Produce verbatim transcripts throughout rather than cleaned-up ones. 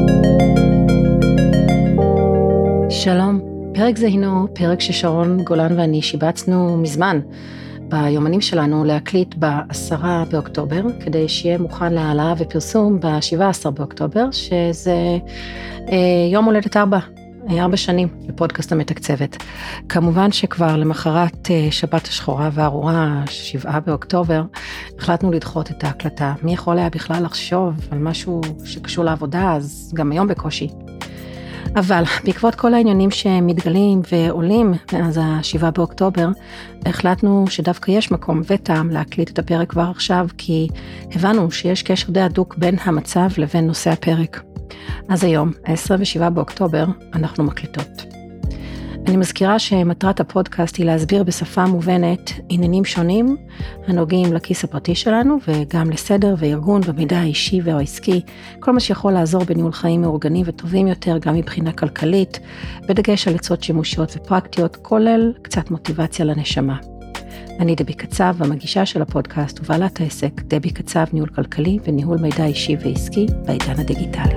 שלום, פרק זה הינו פרק ששרון גולן ואני שיבצנו מזמן ביומנים שלנו להקליט בעשרה באוקטובר, כדי שיהיה מוכן להעלאה ופרסום בשבעה עשר באוקטובר, שזה אה, יום הולדת ארבע, ארבע שנים לפודקאסט המתקצבת. כמובן שכבר למחרת אה, שבת השחורה והארורה, שבעה באוקטובר, החלטנו לדחות את ההקלטה. מי יכול היה בכלל לחשוב על משהו שקשור לעבודה, אז גם היום בקושי. אבל בעקבות כל העניינים שמתגלים ועולים מאז השבעה באוקטובר, החלטנו שדווקא יש מקום וטעם להקליט את הפרק כבר עכשיו, כי הבנו שיש קשר די הדוק בין המצב לבין נושא הפרק. אז היום, ה-עשרים ושבעה באוקטובר, אנחנו מקליטות. אני מזכירה שמטרת הפודקאסט היא להסביר בשפה מובנת עניינים שונים הנוגעים לכיס הפרטי שלנו, וגם לסדר וארגון במידע האישי והעסקי, כל מה שיכול לעזור בניהול חיים מאורגנים וטובים יותר, גם מבחינה כלכלית, בדגש על עצות שימושיות ופרקטיות, כולל קצת מוטיבציה לנשמה. אני דבי קצב, המגישה של הפודקאסט ובעלת העסק, דבי קצב, ניהול כלכלי וניהול מידע אישי ועסקי בעידן הדיגיטלי.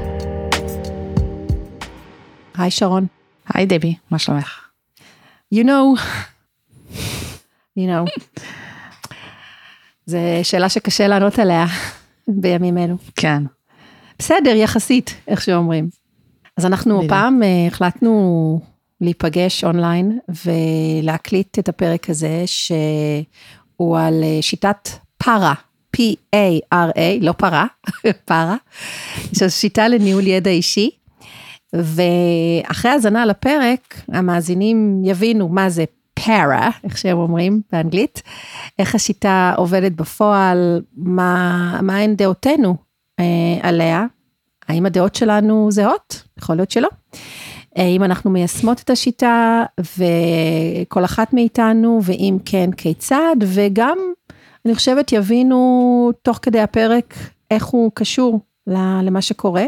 היי שרון. היי דבי, מה שלומך? You know, you know, זו שאלה שקשה לענות עליה בימים אלו. כן. בסדר, יחסית, איך שאומרים. אז אנחנו פעם החלטנו להיפגש אונליין, ולהקליט את הפרק הזה, שהוא על שיטת פארה, P-A-R-A, לא פרה, פארה, שזו שיטה לניהול ידע אישי, ואחרי הזנה לפרק, המאזינים יבינו מה זה para, איך שהם אומרים באנגלית, איך השיטה עובדת בפועל, מה, מה הן דעותינו אה, עליה, האם הדעות שלנו זהות? יכול להיות שלא. אם אנחנו מיישמות את השיטה, וכל אחת מאיתנו, ואם כן, כיצד, וגם, אני חושבת, יבינו תוך כדי הפרק, איך הוא קשור למה שקורה.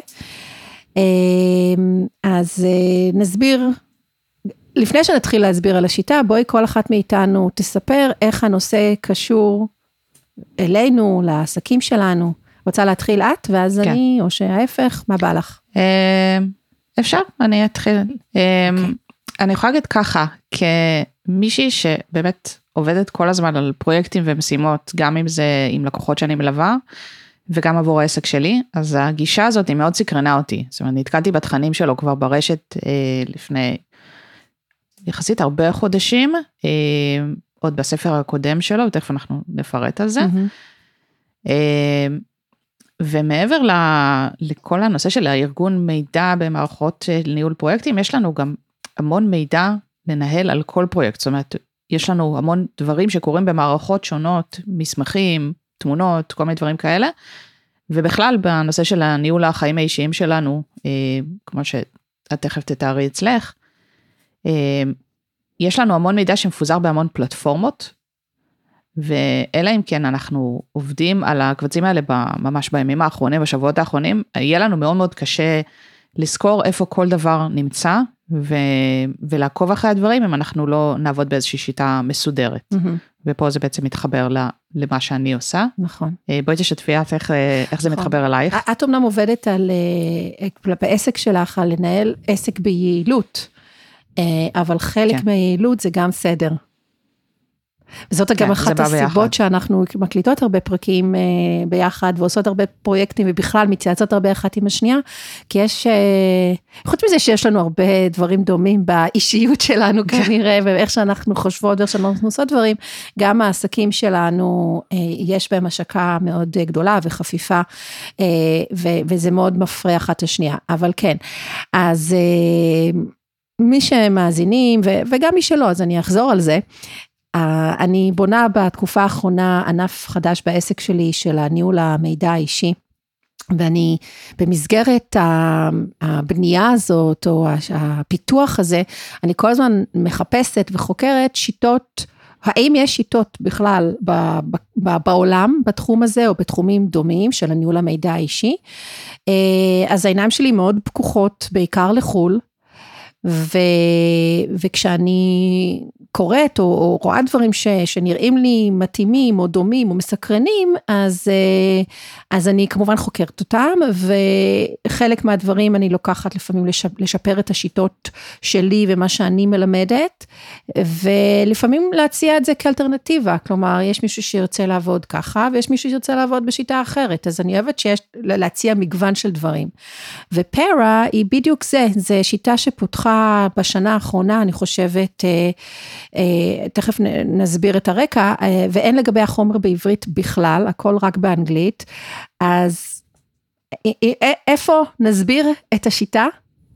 אז נסביר, לפני שנתחיל להסביר על השיטה, בואי כל אחת מאיתנו תספר איך הנושא קשור אלינו, לעסקים שלנו. רוצה להתחיל את, ואז כן. אני, או שההפך, מה בא לך? אפשר, אני אתחיל. אני יכולה להגיד ככה, כמישהי שבאמת עובדת כל הזמן על פרויקטים ומשימות, גם אם זה עם לקוחות שאני מלווה, וגם עבור העסק שלי, אז הגישה הזאת היא מאוד סקרנה אותי, זאת אומרת, נתקלתי בתכנים שלו כבר ברשת אה, לפני יחסית הרבה חודשים, אה, עוד בספר הקודם שלו, ותכף אנחנו נפרט על זה, mm-hmm. אה, ומעבר ל, לכל הנושא של הארגון מידע במערכות ניהול פרויקטים, יש לנו גם המון מידע לנהל על כל פרויקט, זאת אומרת, יש לנו המון דברים שקורים במערכות שונות, מסמכים, תמונות, כל מיני דברים כאלה, ובכלל בנושא של הניהול החיים האישיים שלנו, כמו שאת תכף תתארי אצלך, יש לנו המון מידע שמפוזר בהמון פלטפורמות, ואלה אם כן אנחנו עובדים על הקבצים האלה ממש בימים האחרונים, בשבועות האחרונים, יהיה לנו מאוד מאוד קשה לזכור איפה כל דבר נמצא, ו... ולעקוב אחרי הדברים, אם אנחנו לא נעבוד באיזושהי שיטה מסודרת. Mm-hmm. ופה זה בעצם מתחבר למה שאני עושה. נכון. בואי תשתפי את איך, איך זה נכון. מתחבר אלייך. את אומנם עובדת על, בעסק שלך, על לנהל עסק ביעילות, אבל חלק כן. מהיעילות זה גם סדר. וזאת כן, גם אחת הסיבות שאנחנו מקליטות הרבה פרקים ביחד, ועושות הרבה פרויקטים, ובכלל מתייעצות הרבה אחת עם השנייה, כי יש, חוץ מזה שיש לנו הרבה דברים דומים באישיות שלנו כנראה, ואיך שאנחנו חושבות, ואיך שאנחנו עושות דברים, גם העסקים שלנו, יש בהם השקה מאוד גדולה וחפיפה, וזה מאוד מפריע אחת השנייה, אבל כן, אז מי שמאזינים, וגם מי שלא, אז אני אחזור על זה, אני בונה בתקופה האחרונה ענף חדש בעסק שלי של הניהול המידע האישי, ואני במסגרת הבנייה הזאת או הפיתוח הזה, אני כל הזמן מחפשת וחוקרת שיטות, האם יש שיטות בכלל בעולם בתחום הזה או בתחומים דומים של הניהול המידע האישי, אז העיניים שלי מאוד פקוחות בעיקר לחול, ו, וכשאני קוראת או, או רואה דברים ש, שנראים לי מתאימים או דומים או מסקרנים, אז, אז אני כמובן חוקרת אותם, וחלק מהדברים אני לוקחת לפעמים לשפר את השיטות שלי ומה שאני מלמדת, ולפעמים להציע את זה כאלטרנטיבה, כלומר יש מישהו שירצה לעבוד ככה, ויש מישהו שירצה לעבוד בשיטה אחרת, אז אני אוהבת שיש להציע מגוון של דברים. ופרה היא בדיוק זה, זה שיטה שפותחה בשנה האחרונה, אני חושבת, תכף נסביר את הרקע, ואין לגבי החומר בעברית בכלל, הכל רק באנגלית, אז איפה נסביר את השיטה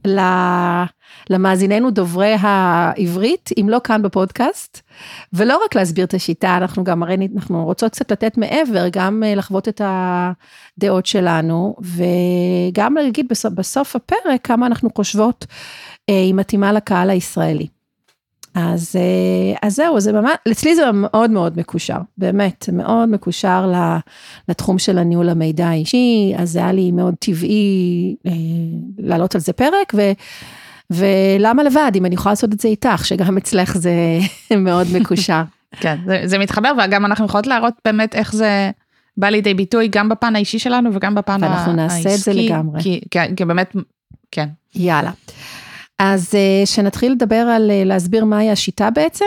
למאזיננו דוברי העברית, אם לא כאן בפודקאסט, ולא רק להסביר את השיטה, אנחנו גם הרי אנחנו רוצות קצת לתת מעבר, גם לחוות את הדעות שלנו, וגם להגיד בסוף, בסוף הפרק, כמה אנחנו חושבות, היא מתאימה לקהל הישראלי. אז, אז זהו, זה ממש, אצלי זה מאוד מאוד מקושר, באמת, מאוד מקושר לתחום של הניהול המידע האישי, אז זה היה לי מאוד טבעי לעלות על זה פרק, ו, ולמה לבד, אם אני יכולה לעשות את זה איתך, שגם אצלך זה מאוד מקושר. כן, זה, זה מתחבר, וגם אנחנו יכולות להראות באמת איך זה בא לידי ביטוי, גם בפן האישי שלנו, וגם בפן העסקי. ואנחנו נעשה את זה לגמרי. כי, כי, כי באמת, כן. יאללה. אז שנתחיל לדבר על להסביר מהי השיטה בעצם?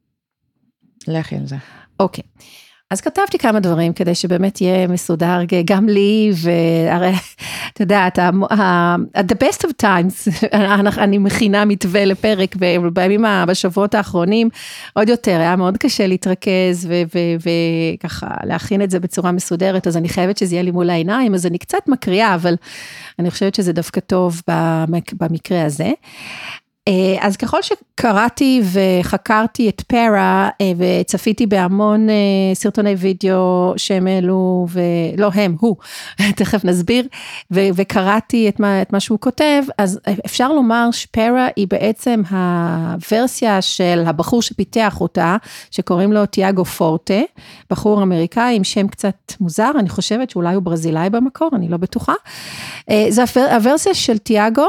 לכי על זה. אוקיי. אז כתבתי כמה דברים כדי שבאמת יהיה מסודר גם לי, והרי, אתה יודע, the best of times, אני מכינה מתווה לפרק, ובימים, בשבועות האחרונים, עוד יותר, היה מאוד קשה להתרכז, וככה להכין את זה בצורה מסודרת, אז אני חייבת שזה יהיה לי מול העיניים, אז אני קצת מקריאה, אבל אני חושבת שזה דווקא טוב במקרה הזה. אז ככל שקראתי וחקרתי את פרה, וצפיתי בהמון סרטוני וידאו שהם אלו, ולא הם, הוא, תכף נסביר, וקראתי את מה, את מה שהוא כותב, אז אפשר לומר שפרה היא בעצם הוורסיה של הבחור שפיתח אותה, שקוראים לו תיאגו פורטה, בחור אמריקאי עם שם קצת מוזר, אני חושבת שאולי הוא ברזילאי במקור, אני לא בטוחה. זו הוורסיה של תיאגו,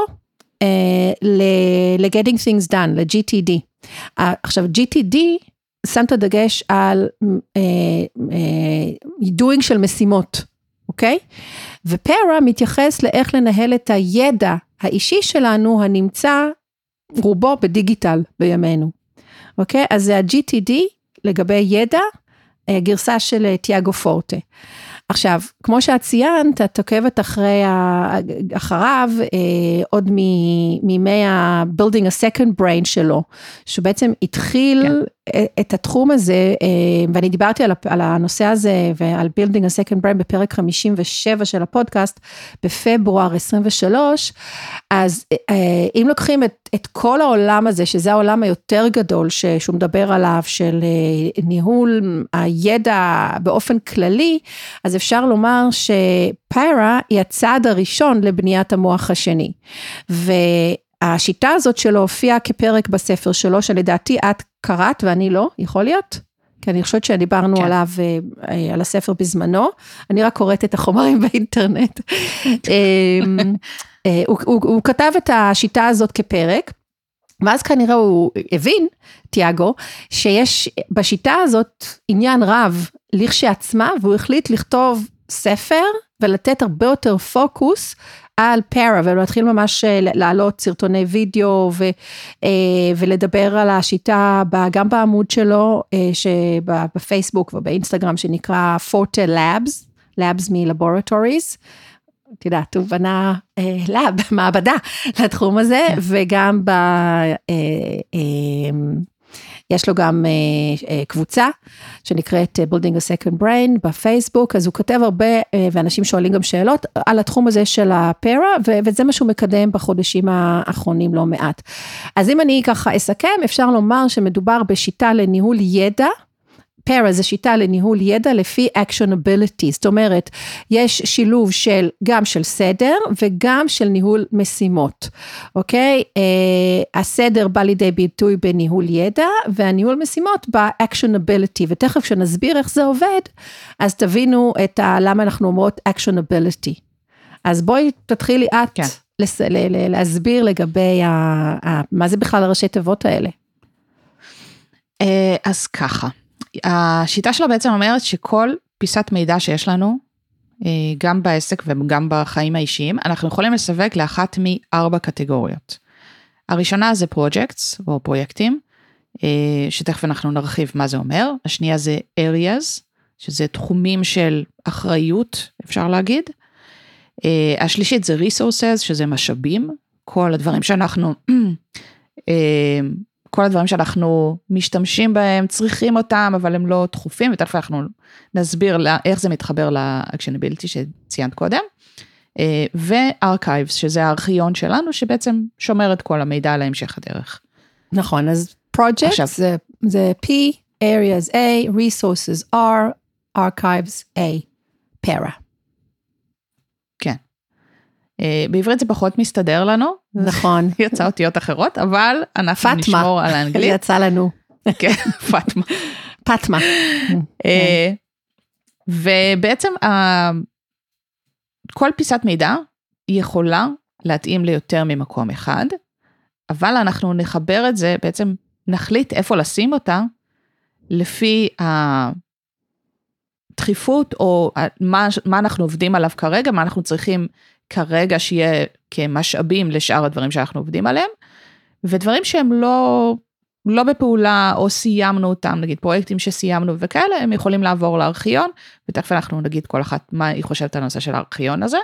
ל-Getting Things Done, ל-ג'י טי די. עכשיו, ג'י טי די שם את הדגש על doing של משימות, אוקיי? ופרה מתייחס לאיך לנהל את הידע האישי שלנו, הנמצא רובו בדיגיטל בימינו. אוקיי? אז זה ה-ג'י טי די לגבי ידע, גרסה של תיאגו פורטה. עכשיו, כמו שאת ציינת, את עוקבת אחרי, אחריו, עוד מימי ה-Building a Second Brain שלו, שבעצם התחיל כן. את התחום הזה, ואני דיברתי על, על הנושא הזה, ועל Building a Second Brain בפרק חמישים ושבע של הפודקאסט, בפברואר עשרים ושלוש, אז אם לוקחים את, את כל העולם הזה, שזה העולם היותר גדול, שהוא מדבר עליו, של ניהול הידע באופן כללי, אז אפשר לומר שפרה היא הצעד הראשון לבניית המוח השני, והשיטה הזאת שלו הופיעה כפרק בספר שלו, שלדעתי את קראת ואני לא, יכול להיות? כי אני חושבת שדיברנו כן. עליו, על הספר בזמנו, אני רק קוראת את החומרים באינטרנט, הוא, הוא, הוא כתב את השיטה הזאת כפרק, ואז כנראה הוא הבין, תיאגו, שיש בשיטה הזאת עניין רב לכשעצמה, והוא החליט לכתוב ספר, ולתת הרבה יותר פוקוס על פרה, ולהתחיל ממש לעלות סרטוני וידאו, ו, ולדבר על השיטה גם בעמוד שלו, שבפייסבוק ובאינסטגרם, שנקרא Forte Labs, Labs מ-Laboratories, אתה יודע, הוא בנה לאב, מעבדה לתחום הזה, וגם ב... יש לו גם קבוצה, שנקראת Building a Second Brain, בפייסבוק, אז הוא כותב הרבה, ואנשים שואלים גם שאלות, על התחום הזה של הפרה, וזה מה שהוא מקדם בחודשים האחרונים לא מעט. אז אם אני ככה אסכם, אפשר לומר שמדובר בשיטה לניהול ידע, פרה זה שיטה לניהול ידע לפי actionability, זאת אומרת, יש שילוב של, גם של סדר, וגם של ניהול משימות, אוקיי? הסדר בא לידי ביטוי בניהול ידע, והניהול משימות ב-actionability, ותכף כשנסביר איך זה עובד, אז תבינו את ה, למה אנחנו אומרות actionability. אז בואי תתחילי את כן. לס, ל, ל, להסביר לגבי ה, ה, מה זה בכלל הראשי תיבות האלה? אז ככה, השיטה שלה בעצם אומרת שכל פיסת מידע שיש לנו, גם בעסק וגם בחיים האישיים, אנחנו יכולים לסווג לאחת מארבע קטגוריות. הראשונה זה projects או פרויקטים, שתכף אנחנו נרחיב מה זה אומר. השנייה זה areas, שזה תחומים של אחריות, אפשר להגיד. השלישית זה resources, שזה משאבים, כל הדברים שאנחנו, כל הדברים שאנחנו משתמשים בהם, צריכים אותם, אבל הם לא דחופים, ותכף אנחנו נסביר איך זה מתחבר ל-actionability שציינת קודם. ו-archives, שזה הארכיון שלנו, שבעצם שומר את כל המידע על המשך הדרך. נכון, אז projects זה, זה P, areas A, resources R, archives A, para. כן. בעברית זה פחות מסתדר לנו. נכון. יצא אותיות אחרות, אבל אנחנו נשמור על האנגלית. יצא לנו. כן, פטמה. פטמה. ובעצם כל פיסת מידע יכולה להתאים ליותר ממקום אחד, אבל אנחנו נחבר את זה, בעצם נחליט איפה לשים אותה, לפי הדחיפות, או מה, מה אנחנו עובדים עליו כרגע, מה אנחנו צריכים כרגע שיהיה כמשאבים לשאר הדברים שאנחנו עובדים עליהם, ודברים שהם לא, לא בפעולה, או סיימנו אותם, נגיד פרויקטים שסיימנו וכאלה, הם יכולים לעבור לארכיון, ותכף אנחנו נגיד כל אחת מה היא חושבת על הנושא של הארכיון הזה,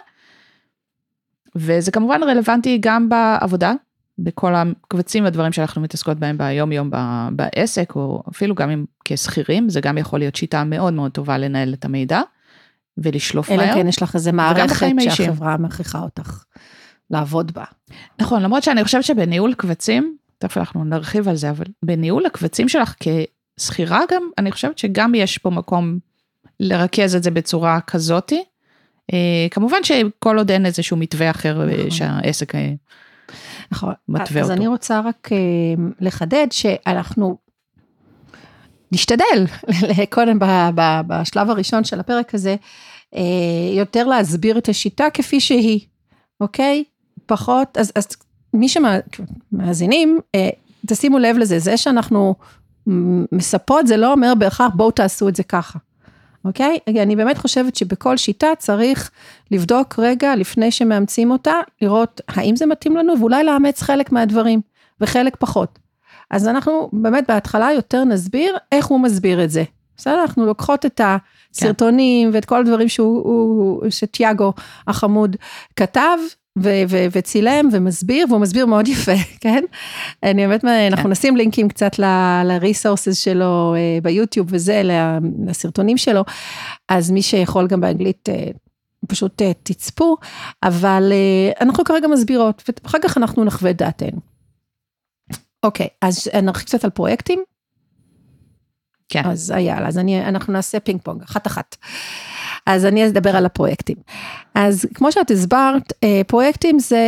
וזה כמובן רלוונטי גם בעבודה, בכל הקבצים והדברים שאנחנו מתעסקות בהם ביום יום בעסק, או אפילו גם אם כסחירים, זה גם יכול להיות שיטה מאוד מאוד טובה לנהל את המידע, ולשלוף מהר. אלא כן, יש לך איזה מערכת שהחברה מכריחה אותך לעבוד בה. נכון, למרות שאני חושבת שבניהול קבצים, תכף אנחנו נרחיב על זה, אבל בניהול הקבצים שלך כסחירה גם, אני חושבת שגם יש פה מקום לרכז את זה בצורה כזאתי, כמובן שכל עוד אין איזשהו מתווה אחר שהעסק נכון. מתווה אז אותו. אני רוצה רק לחדד שאנחנו נשתדל, קודם בשלב הראשון של הפרק הזה, יותר להסביר את השיטה כפי שהיא, אוקיי? פחות, אז, אז מי שמאזינים, תשימו לב לזה, זה שאנחנו מספות, זה לא אומר בהכרח, בואו תעשו את זה ככה, אוקיי? אני באמת חושבת שבכל שיטה צריך לבדוק רגע, לפני שמאמצים אותה, לראות האם זה מתאים לנו, ואולי לאמץ חלק מהדברים, וחלק פחות. אז אנחנו באמת בהתחלה יותר נסביר, איך הוא מסביר את זה. בסדר, אנחנו לוקחות את הסרטונים, ואת כל הדברים שהוא, שתיאגו החמוד כתב, ו- ו- וצילם ומסביר, והוא מסביר מאוד יפה, כן? אני באמת, אנחנו נשים לינקים קצת ל-resources שלו ביוטיוב וזה, לסרטונים שלו, אז מי שיכול גם באנגלית, פשוט תצפו, אבל אנחנו כרגע מסבירות, ואחר כך אנחנו נחווה דעתנו. אוקיי, אז נרחיב קצת על פרויקטים. כן. אז יאללה, אז אני, אנחנו נעשה פינג פונג, אחת אחת. אז אני אדבר על הפרויקטים. אז כמו שאת הסברת, פרויקטים זה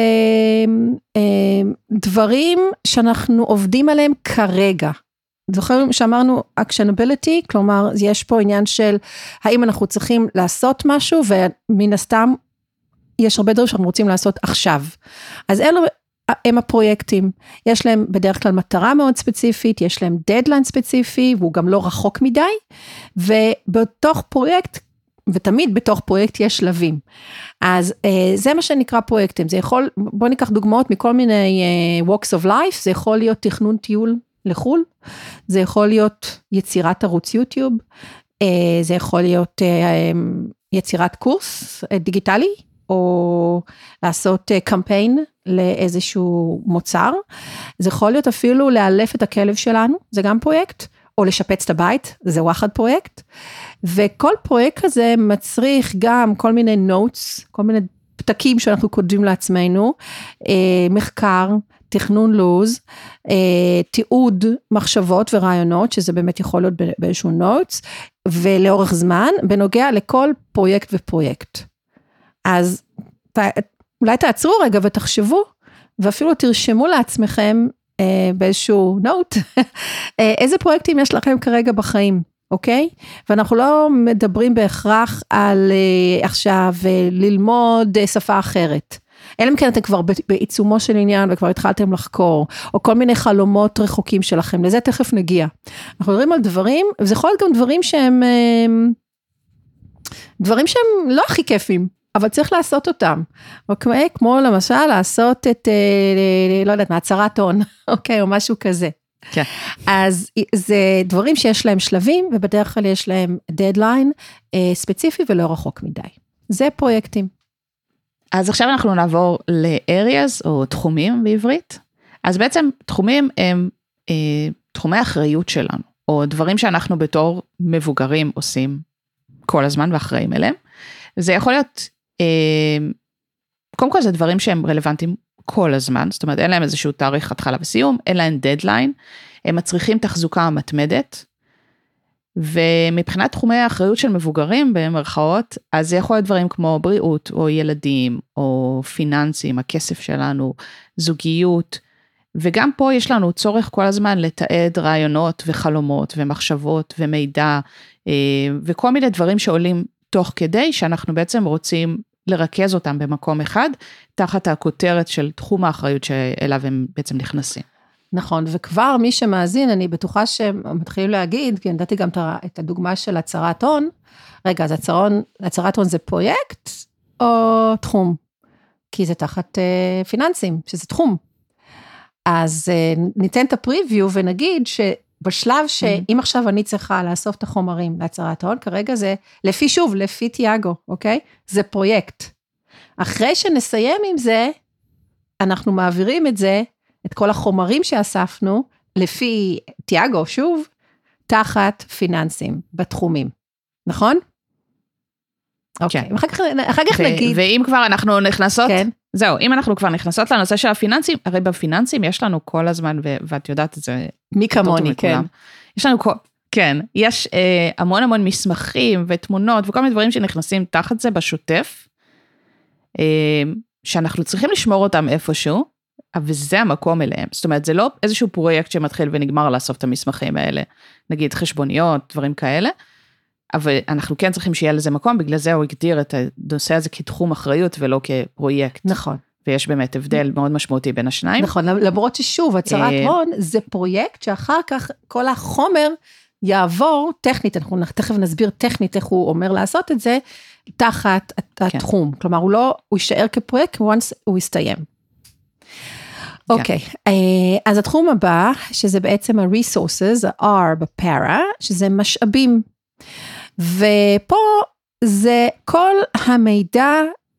דברים שאנחנו עובדים עליהם כרגע. זוכרים שאמרנו actionability, כלומר יש פה עניין של האם אנחנו צריכים לעשות משהו, ומן הסתם יש הרבה דברים שאנחנו רוצים לעשות עכשיו. אז אלו הם הפרויקטים, יש להם בדרך כלל מטרה מאוד ספציפית, יש להם דדליין ספציפי, והוא גם לא רחוק מדי, ובתוך פרויקט, ותמיד בתוך פרויקט יש שלבים. אז זה מה שנקרא פרויקטים, זה יכול, בוא ניקח דוגמאות מכל מיני walks of life, זה יכול להיות תכנון טיול לחול, זה יכול להיות יצירת ערוץ יוטיוב, זה יכול להיות יצירת קורס דיגיטלי, או לעשות קמפיין לאיזשהו מוצר, זה יכול להיות אפילו לאלף את הכלב שלנו, זה גם פרויקט, או לשפץ את הבית, זה וואחד פרויקט, וכל פרויקט כזה מצריך גם כל מיני notes, כל מיני פתקים שאנחנו כותבים לעצמנו, מחקר, תכנון לוז, תיעוד מחשבות ורעיונות, שזה באמת יכול להיות באיזשהו notes, ולאורך זמן, בנוגע לכל פרויקט ופרויקט. אז אולי תעצרו רגע ותחשבו, ואפילו תרשמו לעצמכם באיזשהו נוט, איזה פרויקטים יש לכם כרגע בחיים, אוקיי? ואנחנו לא מדברים בהכרח על עכשיו ללמוד שפה אחרת, אלא אם כן אתם כבר בעיצומו של עניין, וכבר התחלתם לחקור, או כל מיני חלומות רחוקים שלכם, לזה תכף נגיע. אנחנו מדברים על דברים, וזה יכול להיות גם דברים שהם, דברים שהם לא הכי כיפים, אבל צריך לעשות אותם. אוקיי? כמו למשל, לעשות את, לא יודעת, מהצהרת הון, אוקיי, או משהו כזה. כן. אז זה דברים שיש להם שלבים, ובדרך כלל יש להם דדליין ספציפי ולא רחוק מדי. זה פרויקטים. אז עכשיו אנחנו נעבור ל-areas או תחומים בעברית. אז בעצם תחומים הם אה, תחומי אחריות שלנו, או דברים שאנחנו בתור מבוגרים עושים כל הזמן ואחראים אליהם. זה יכול להיות, אה, קודם כל זה דברים שהם רלוונטיים כל הזמן, זאת אומרת אין להם איזשהו תאריך התחלה וסיום, אין להם דדליין, הם מצריכים תחזוקה מתמדת, ומבחינת תחומי האחריות של מבוגרים במרכאות, אז זה יכול להיות דברים כמו בריאות, או ילדים, או פיננסים, הכסף שלנו, זוגיות, וגם פה יש לנו צורך כל הזמן לתעד רעיונות וחלומות ומחשבות ומידע, וכל מיני דברים שעולים תוך כדי, שאנחנו בעצם רוצים לרכז אותם במקום אחד, תחת הכותרת של תחום האחריות שאליו הם בעצם נכנסים. נכון, וכבר מי שמאזין, אני בטוחה שהם מתחילים להגיד, כי נדעתי גם את הדוגמה של הצהרת הון, רגע, אז הצהרת הון זה פרויקט או תחום? כי זה תחת uh, פיננסים, שזה תחום. אז uh, ניתן את הפריוויו ונגיד שבשלב שאם mm-hmm. עכשיו אני צריכה לאסוף את החומרים להצהרת הון, כרגע זה לפי שוב, לפי תיאגו, אוקיי? זה פרויקט. אחרי שנסיים עם זה, אנחנו מעבירים את זה, את כל החומרים שאספנו, לפי תיאגו, שוב, תחת פיננסים, בתחומים. נכון? אוקיי. כן. אחר כך, אחר כך נגיד. ואם כבר אנחנו נכנסות, כן. זהו, אם אנחנו כבר נכנסות לנושא של הפיננסים, הרי בפיננסים יש לנו כל הזמן, ואת יודעת את זה. מי כמוני, כן. יש לנו כל, כן, יש אה, המון המון מסמכים ותמונות, וכל מיני דברים שנכנסים תחת זה בשוטף, אה, שאנחנו צריכים לשמור אותם איפשהו, אבל זה המקום אליהם. זאת אומרת, זה לא איזשהו פרויקט שמתחיל ונגמר לאסוף את המסמכים האלה, נגיד חשבוניות, דברים כאלה, אבל אנחנו כן צריכים שיהיה לזה מקום, בגלל זה הוא הגדיר את הנושא הזה כתחום אחריות ולא כפרויקט. נכון. ויש באמת הבדל מאוד משמעותי בין השניים. נכון, למרות ששוב, הצהרת הון זה פרויקט שאחר כך כל החומר יעבור טכנית, אנחנו תכף נסביר טכנית איך הוא אומר לעשות את זה, תחת התחום. כלומר, הוא לא, הוא יישאר כפרויקט, once הוא יסתיים. אוקיי, אז התחום הבא, שזה בעצם ה-resources, ה-R בפרה, שזה משאבים. ופה זה כל המידע,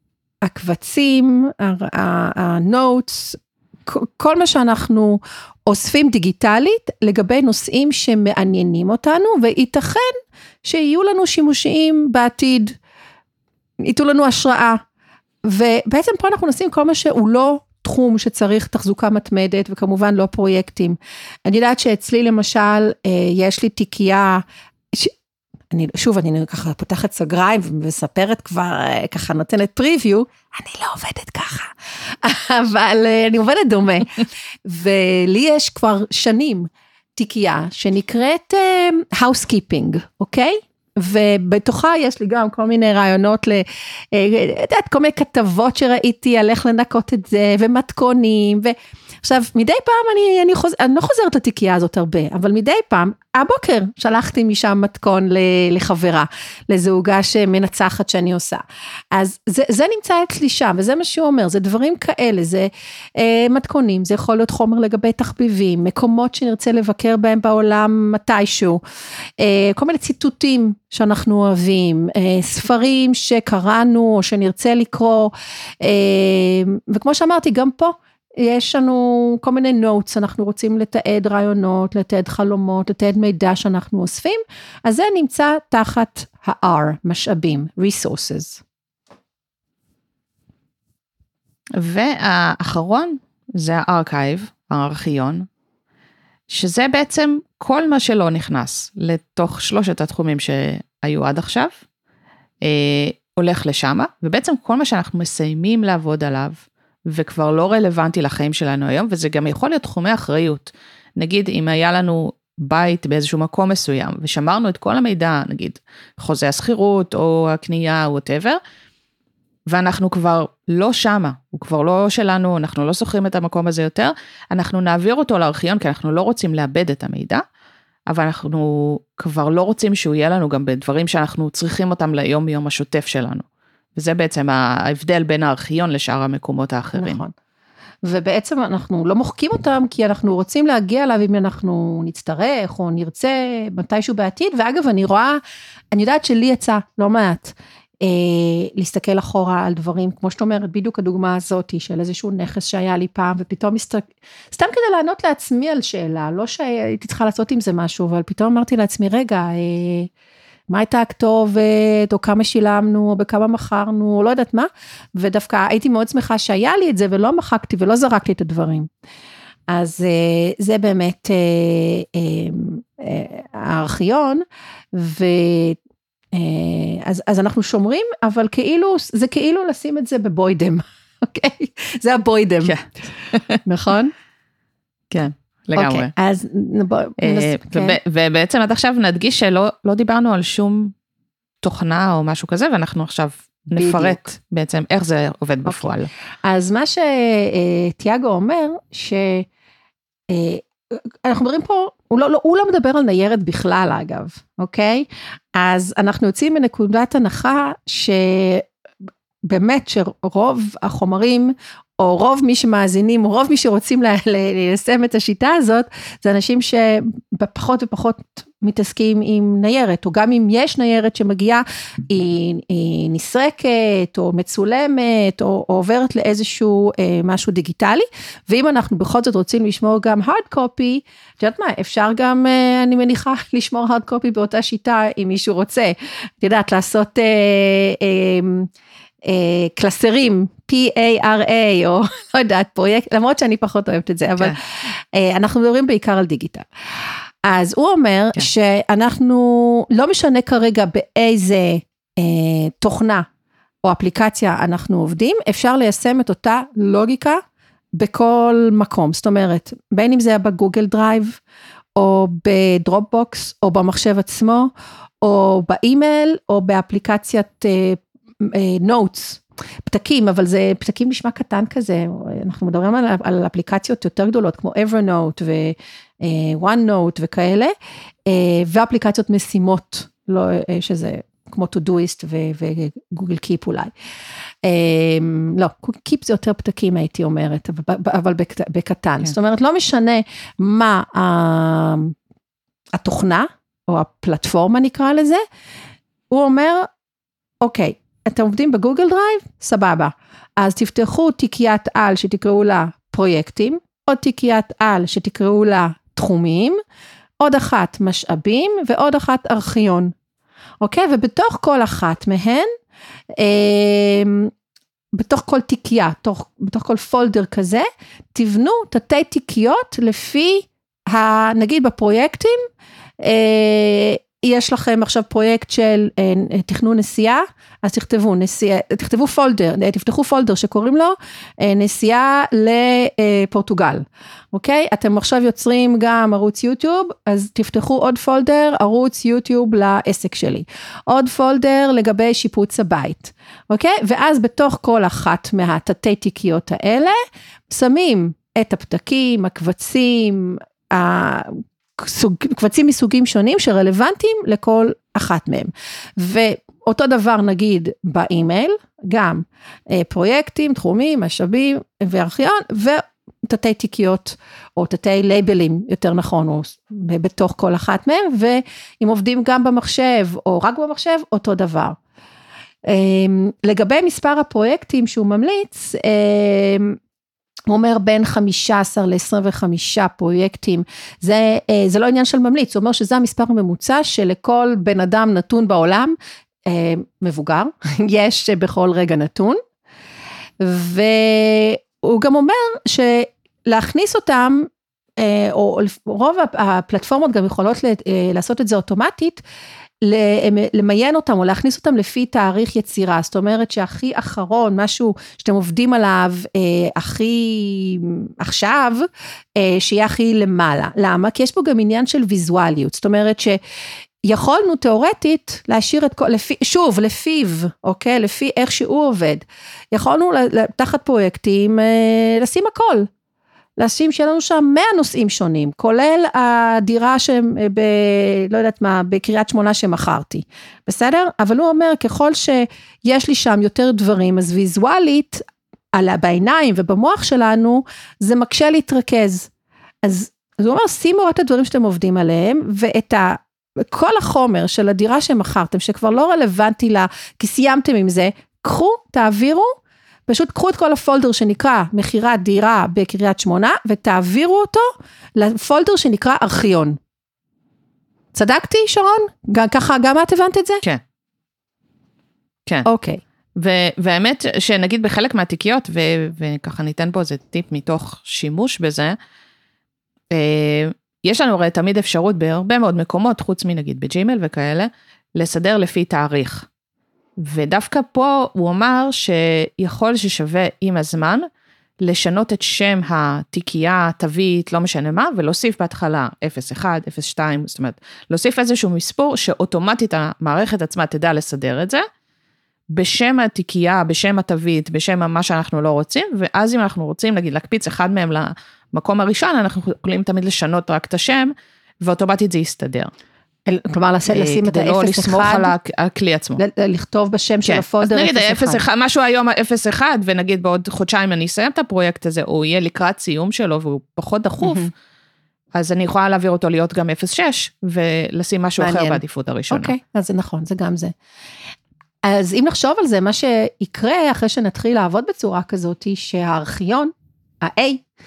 הקבצים, ה-notes, כל מה שאנחנו אוספים דיגיטלית, לגבי נושאים שמעניינים אותנו, וייתכן שיהיו לנו שימושיים בעתיד, ייתנו לנו השראה. ובעצם פה אנחנו נשים כל מה שהוא לא תחום שצריך תחזוקה מתמדת, וכמובן לא פרויקטים. אני יודעת שאצלי למשל, יש לי תיקייה, אני, שוב, אני ככה פותחת סגריים, ומספרת כבר, ככה נותנת פריוויו, אני לא עובדת ככה, אבל אני עובדת דומה, ולי יש כבר שנים תיקייה, שנקראת housekeeping, אוקיי? ובתוכה יש לי גם כל מיני רעיונות, לדעת, כל מיני כתבות שראיתי, על איך לנקות את זה, ומתכונים, ועכשיו, מדי פעם אני, אני, חוז... אני לא חוזרת לתיקייה הזאת הרבה, אבל מדי פעם, הבוקר שלחתי משם מתכון לחברה, לזוגה שמנצחת שאני עושה. אז זה, זה נמצא אצלי שם, וזה מה שהוא אומר, זה דברים כאלה, זה אה, מתכונים, זה יכול להיות חומר לגבי תחביבים, מקומות שנרצה לבקר בהם בעולם מתישהו, אה, כל מיני ציטוטים שאנחנו אוהבים, אה, ספרים שקראנו או שנרצה לקרוא, אה, וכמו שאמרתי, גם פה, יש לנו כל מיני נוטס, אנחנו רוצים לתעד רעיונות, לתעד חלומות, לתעד מידע שאנחנו אוספים, אז זה נמצא תחת ה-R, משאבים, resources. והאחרון זה הארכייב, הארכיון, שזה בעצם כל מה שלא נכנס לתוך שלושת התחומים שהיו עד עכשיו, אה, הולך לשם, ובעצם כל מה שאנחנו מסיימים לעבוד עליו, וכבר לא רלוונטי לחיים שלנו היום, וזה גם יכול להיות תחומי אחריות. נגיד, אם היה לנו בית באיזשהו מקום מסוים, ושמרנו את כל המידע, נגיד, חוזה הסחירות, או הקנייה, או whatever, ואנחנו כבר לא שמה, הוא כבר לא שלנו, אנחנו לא זוכרים את המקום הזה יותר, אנחנו נעביר אותו לארכיון, כי אנחנו לא רוצים לאבד את המידע, אבל אנחנו כבר לא רוצים שהוא יהיה לנו גם בדברים שאנחנו צריכים אותם ליום יום השוטף שלנו. וזה בעצם ההבדל בין הארכיון לשאר המקומות האחרים. נכון. ובעצם אנחנו לא מוחקים אותם, כי אנחנו רוצים להגיע אליו אם אנחנו נצטרך, או נרצה מתישהו בעתיד, ואגב, אני רואה, אני יודעת שלי יצא לא מעט, אה, להסתכל אחורה על דברים, כמו שאת אומרת, בדיוק הדוגמה הזאת, של איזשהו נכס שהיה לי פעם, ופתאום מסתכל, סתם כדי לענות לעצמי על שאלה, לא שהייתי צריכה לעשות עם זה משהו, אבל פתאום אמרתי לעצמי, רגע, אה, מה הייתה הכתובת, או כמה שילמנו, או בכמה מכרנו, או לא יודעת מה, ודווקא הייתי מאוד שמחה שהיה לי את זה, ולא מחקתי, ולא זרקתי את הדברים. אז זה באמת הארכיון, ו... אז, אז אנחנו שומרים, אבל כאילו, זה כאילו לשים את זה בבוידם, אוקיי? זה הבוידם, נכון? כן. לגמרי. אוקיי, אז בוא, ובעצם עד עכשיו נדגיש שלא לא דיברנו על שום תוכנה או משהו כזה, ואנחנו עכשיו נפרט בעצם איך זה עובד בפועל. אז מה שתיאגו אומר, שאנחנו מדברים פה, הוא לא, הוא לא מדבר על ניירת בכלל אגב, אוקיי? אז אנחנו יוצאים מנקודת הנחה שבאמת שרוב החומרים, או רוב מי שמאזינים, או רוב מי שרוצים ליישם את השיטה הזאת, זה אנשים שבפחות ופחות מתעסקים עם ניירת, או גם אם יש ניירת שמגיעה, היא, היא נסרקת, או מצולמת, או, או עוברת לאיזשהו אה, משהו דיגיטלי, ואם אנחנו בכל זאת רוצים לשמור גם hard copy, את יודעת מה, אפשר גם, אה, אני מניחה, לשמור hard copy באותה שיטה, אם מישהו רוצה, את יודעת, לעשות... אה, אה, קלסרים, P A R A, או לא יודעת, פרויקט, למרות שאני פחות אוהבת את זה, אבל אנחנו מדברים בעיקר על דיגיטל. אז הוא אומר שאנחנו, לא משנה כרגע באיזה תוכנה או אפליקציה אנחנו עובדים, אפשר ליישם את אותה לוגיקה בכל מקום, זאת אומרת, בין אם זה בגוגל דרייב, או בדרופבוקס, או במחשב עצמו, או באימייל, או באפליקציית נוטס, פתקים, אבל זה פתקים נשמע קטן כזה, אנחנו מדברים על, על אפליקציות יותר גדולות, כמו Evernote ו-OneNote וכאלה, ואפליקציות משימות, לא, שזה כמו Todoist וגוגל קיפ אולי. לא, קיפ זה יותר פתקים הייתי אומרת, אבל בקטן, זאת אומרת, לא משנה מה התוכנה, או הפלטפורמה נקרא לזה, הוא אומר, אוקיי, אתם עובדים בגוגל דרייב? סבבה. אז תפתחו תיקיית על שתקראו לה פרויקטים, עוד תיקיית על שתקראו לה תחומים, עוד אחת משאבים ועוד אחת ארכיון. אוקיי? ובתוך כל אחת מהן, אה, בתוך כל תיקייה, בתוך, בתוך כל פולדר כזה, תבנו תתי תיקיות לפי, ה, נגיד בפרויקטים, אה, יש לכם עכשיו פרויקט של תכנון נסיעה, אז תכתבו נסיעה, תכתבו פולדר, תפתחו פולדר שקוראים לו נסיעה לפורטוגל, אוקיי? אתם עכשיו יוצרים גם ערוץ יוטיוב, אז תפתחו עוד פולדר, ערוץ יוטיוב לעסק שלי, עוד פולדר לגבי שיפוץ הבית, אוקיי? ואז בתוך כל אחת מהתתי תיקיות האלה, שמים את הפתקים, הקבצים, סוג, קבצים מסוגים שונים שרלוונטיים לכל אחת מהם. ואותו דבר נגיד באימייל, גם פרויקטים, תחומים, משאבים וארכיון, ותתי תיקיות, או תתי לייבלים, יותר נכון, או בתוך כל אחת מהם, ואם עובדים גם במחשב, או רק במחשב, אותו דבר. לגבי מספר הפרויקטים שהוא ממליץ, הוא אומר בין חמישה עשר ל-עשרים וחמישה פרויקטים, זה, זה לא עניין של ממליץ, הוא אומר שזה המספר הממוצע שלכל בן אדם נתון בעולם, מבוגר, יש בכל רגע נתון, והוא גם אומר שלהכניס אותם, או רוב הפלטפורמות גם יכולות לעשות את זה אוטומטית, למיין אותם או להכניס אותם לפי תאריך יצירה, זאת אומרת שהכי אחרון, משהו שאתם עובדים עליו הכי עכשיו, שיהיה הכי למעלה. למה? כי יש פה גם עניין של ויזואליות, זאת אומרת יכולנו תיאורטית להשאיר את כל, לפי, שוב, לפיו, אוקיי? לפי איך שהוא עובד. יכולנו תחת פרויקטים לשים הכל. לשים שיהיה לנו שם מאה נושאים שונים, כולל הדירה שב, לא יודעת מה, בקריית שמונה שמכרתי. בסדר? אבל הוא אומר, ככל שיש לי שם יותר דברים, אז ויזואלית, על, בעיניים ובמוח שלנו, זה מקשה להתרכז. אז, אז הוא אומר, שימו את הדברים שאתם עובדים עליהם, ואת ה... כל החומר של הדירה שמכרתם, שכבר לא רלוונטי לה, כי סיימתם עם זה, קחו, תעבירו, פשוט קחו את כל הפולדר שנקרא מחירת דירה בקריית שמונה, ותעבירו אותו לפולדר שנקרא ארכיון. צדקתי, שרון? גם, ככה גם את הבנת את זה? כן. כן. אוקיי. ו- והאמת שנגיד בחלק מהתיקיות, ו- וככה ניתן פה איזה טיפ מתוך שימוש בזה, אה, יש לנו הרי תמיד אפשרות בהרבה מאוד מקומות, חוץ מנגיד בג'ימל וכאלה, לסדר לפי תאריך. ודווקא פה הוא אמר שיכול ששווה עם הזמן, לשנות את שם התיקייה, תווית, לא משנה מה, ולהוסיף בהתחלה אפס אחת, אפס שתיים, זאת אומרת, להוסיף איזשהו מספור, שאוטומטית המערכת עצמה תדע לסדר את זה, בשם התיקייה, בשם התווית, בשם מה שאנחנו לא רוצים, ואז אם אנחנו רוצים, נגיד, להקפיץ אחד מהם למקום הראשון, אנחנו יכולים תמיד לשנות רק את השם, ואוטומטית זה יסתדר. כלומר, לשים את ה-אפס אחת, כדי לא לסמוך על הכלי עצמו. לכתוב בשם של הפולדר אפס אחת. משהו היום אפס אחת, ונגיד בעוד חודשיים אני אסיים את הפרויקט הזה, הוא יהיה לקראת סיום שלו, והוא פחות דחוף, אז אני יכולה להעביר אותו להיות גם אפס שש, ולשים משהו אחר בעדיפות הראשונה. אוקיי, אז זה נכון, זה גם זה. אז אם נחשוב על זה, מה שיקרה אחרי שנתחיל לעבוד בצורה כזאת, היא שהארכיון, ה-A,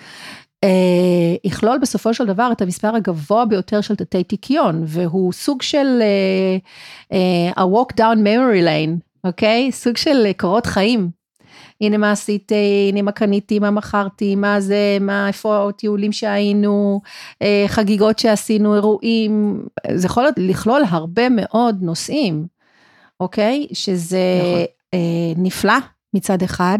אה, יכלול בסופו של דבר את המספר הגבוה ביותר של תתי תיקיון, והוא סוג של אה, אה, a walk down memory lane, אוקיי? סוג של קורות חיים. הנה מה עשיתי, הנה מה קניתי, מה מכרתי, מה זה, מה, איפה טיולים שהיינו, אה, חגיגות שעשינו, אירועים, זה יכול לכלול הרבה מאוד נושאים, אוקיי? שזה נכון. אה, נפלא מצד אחד,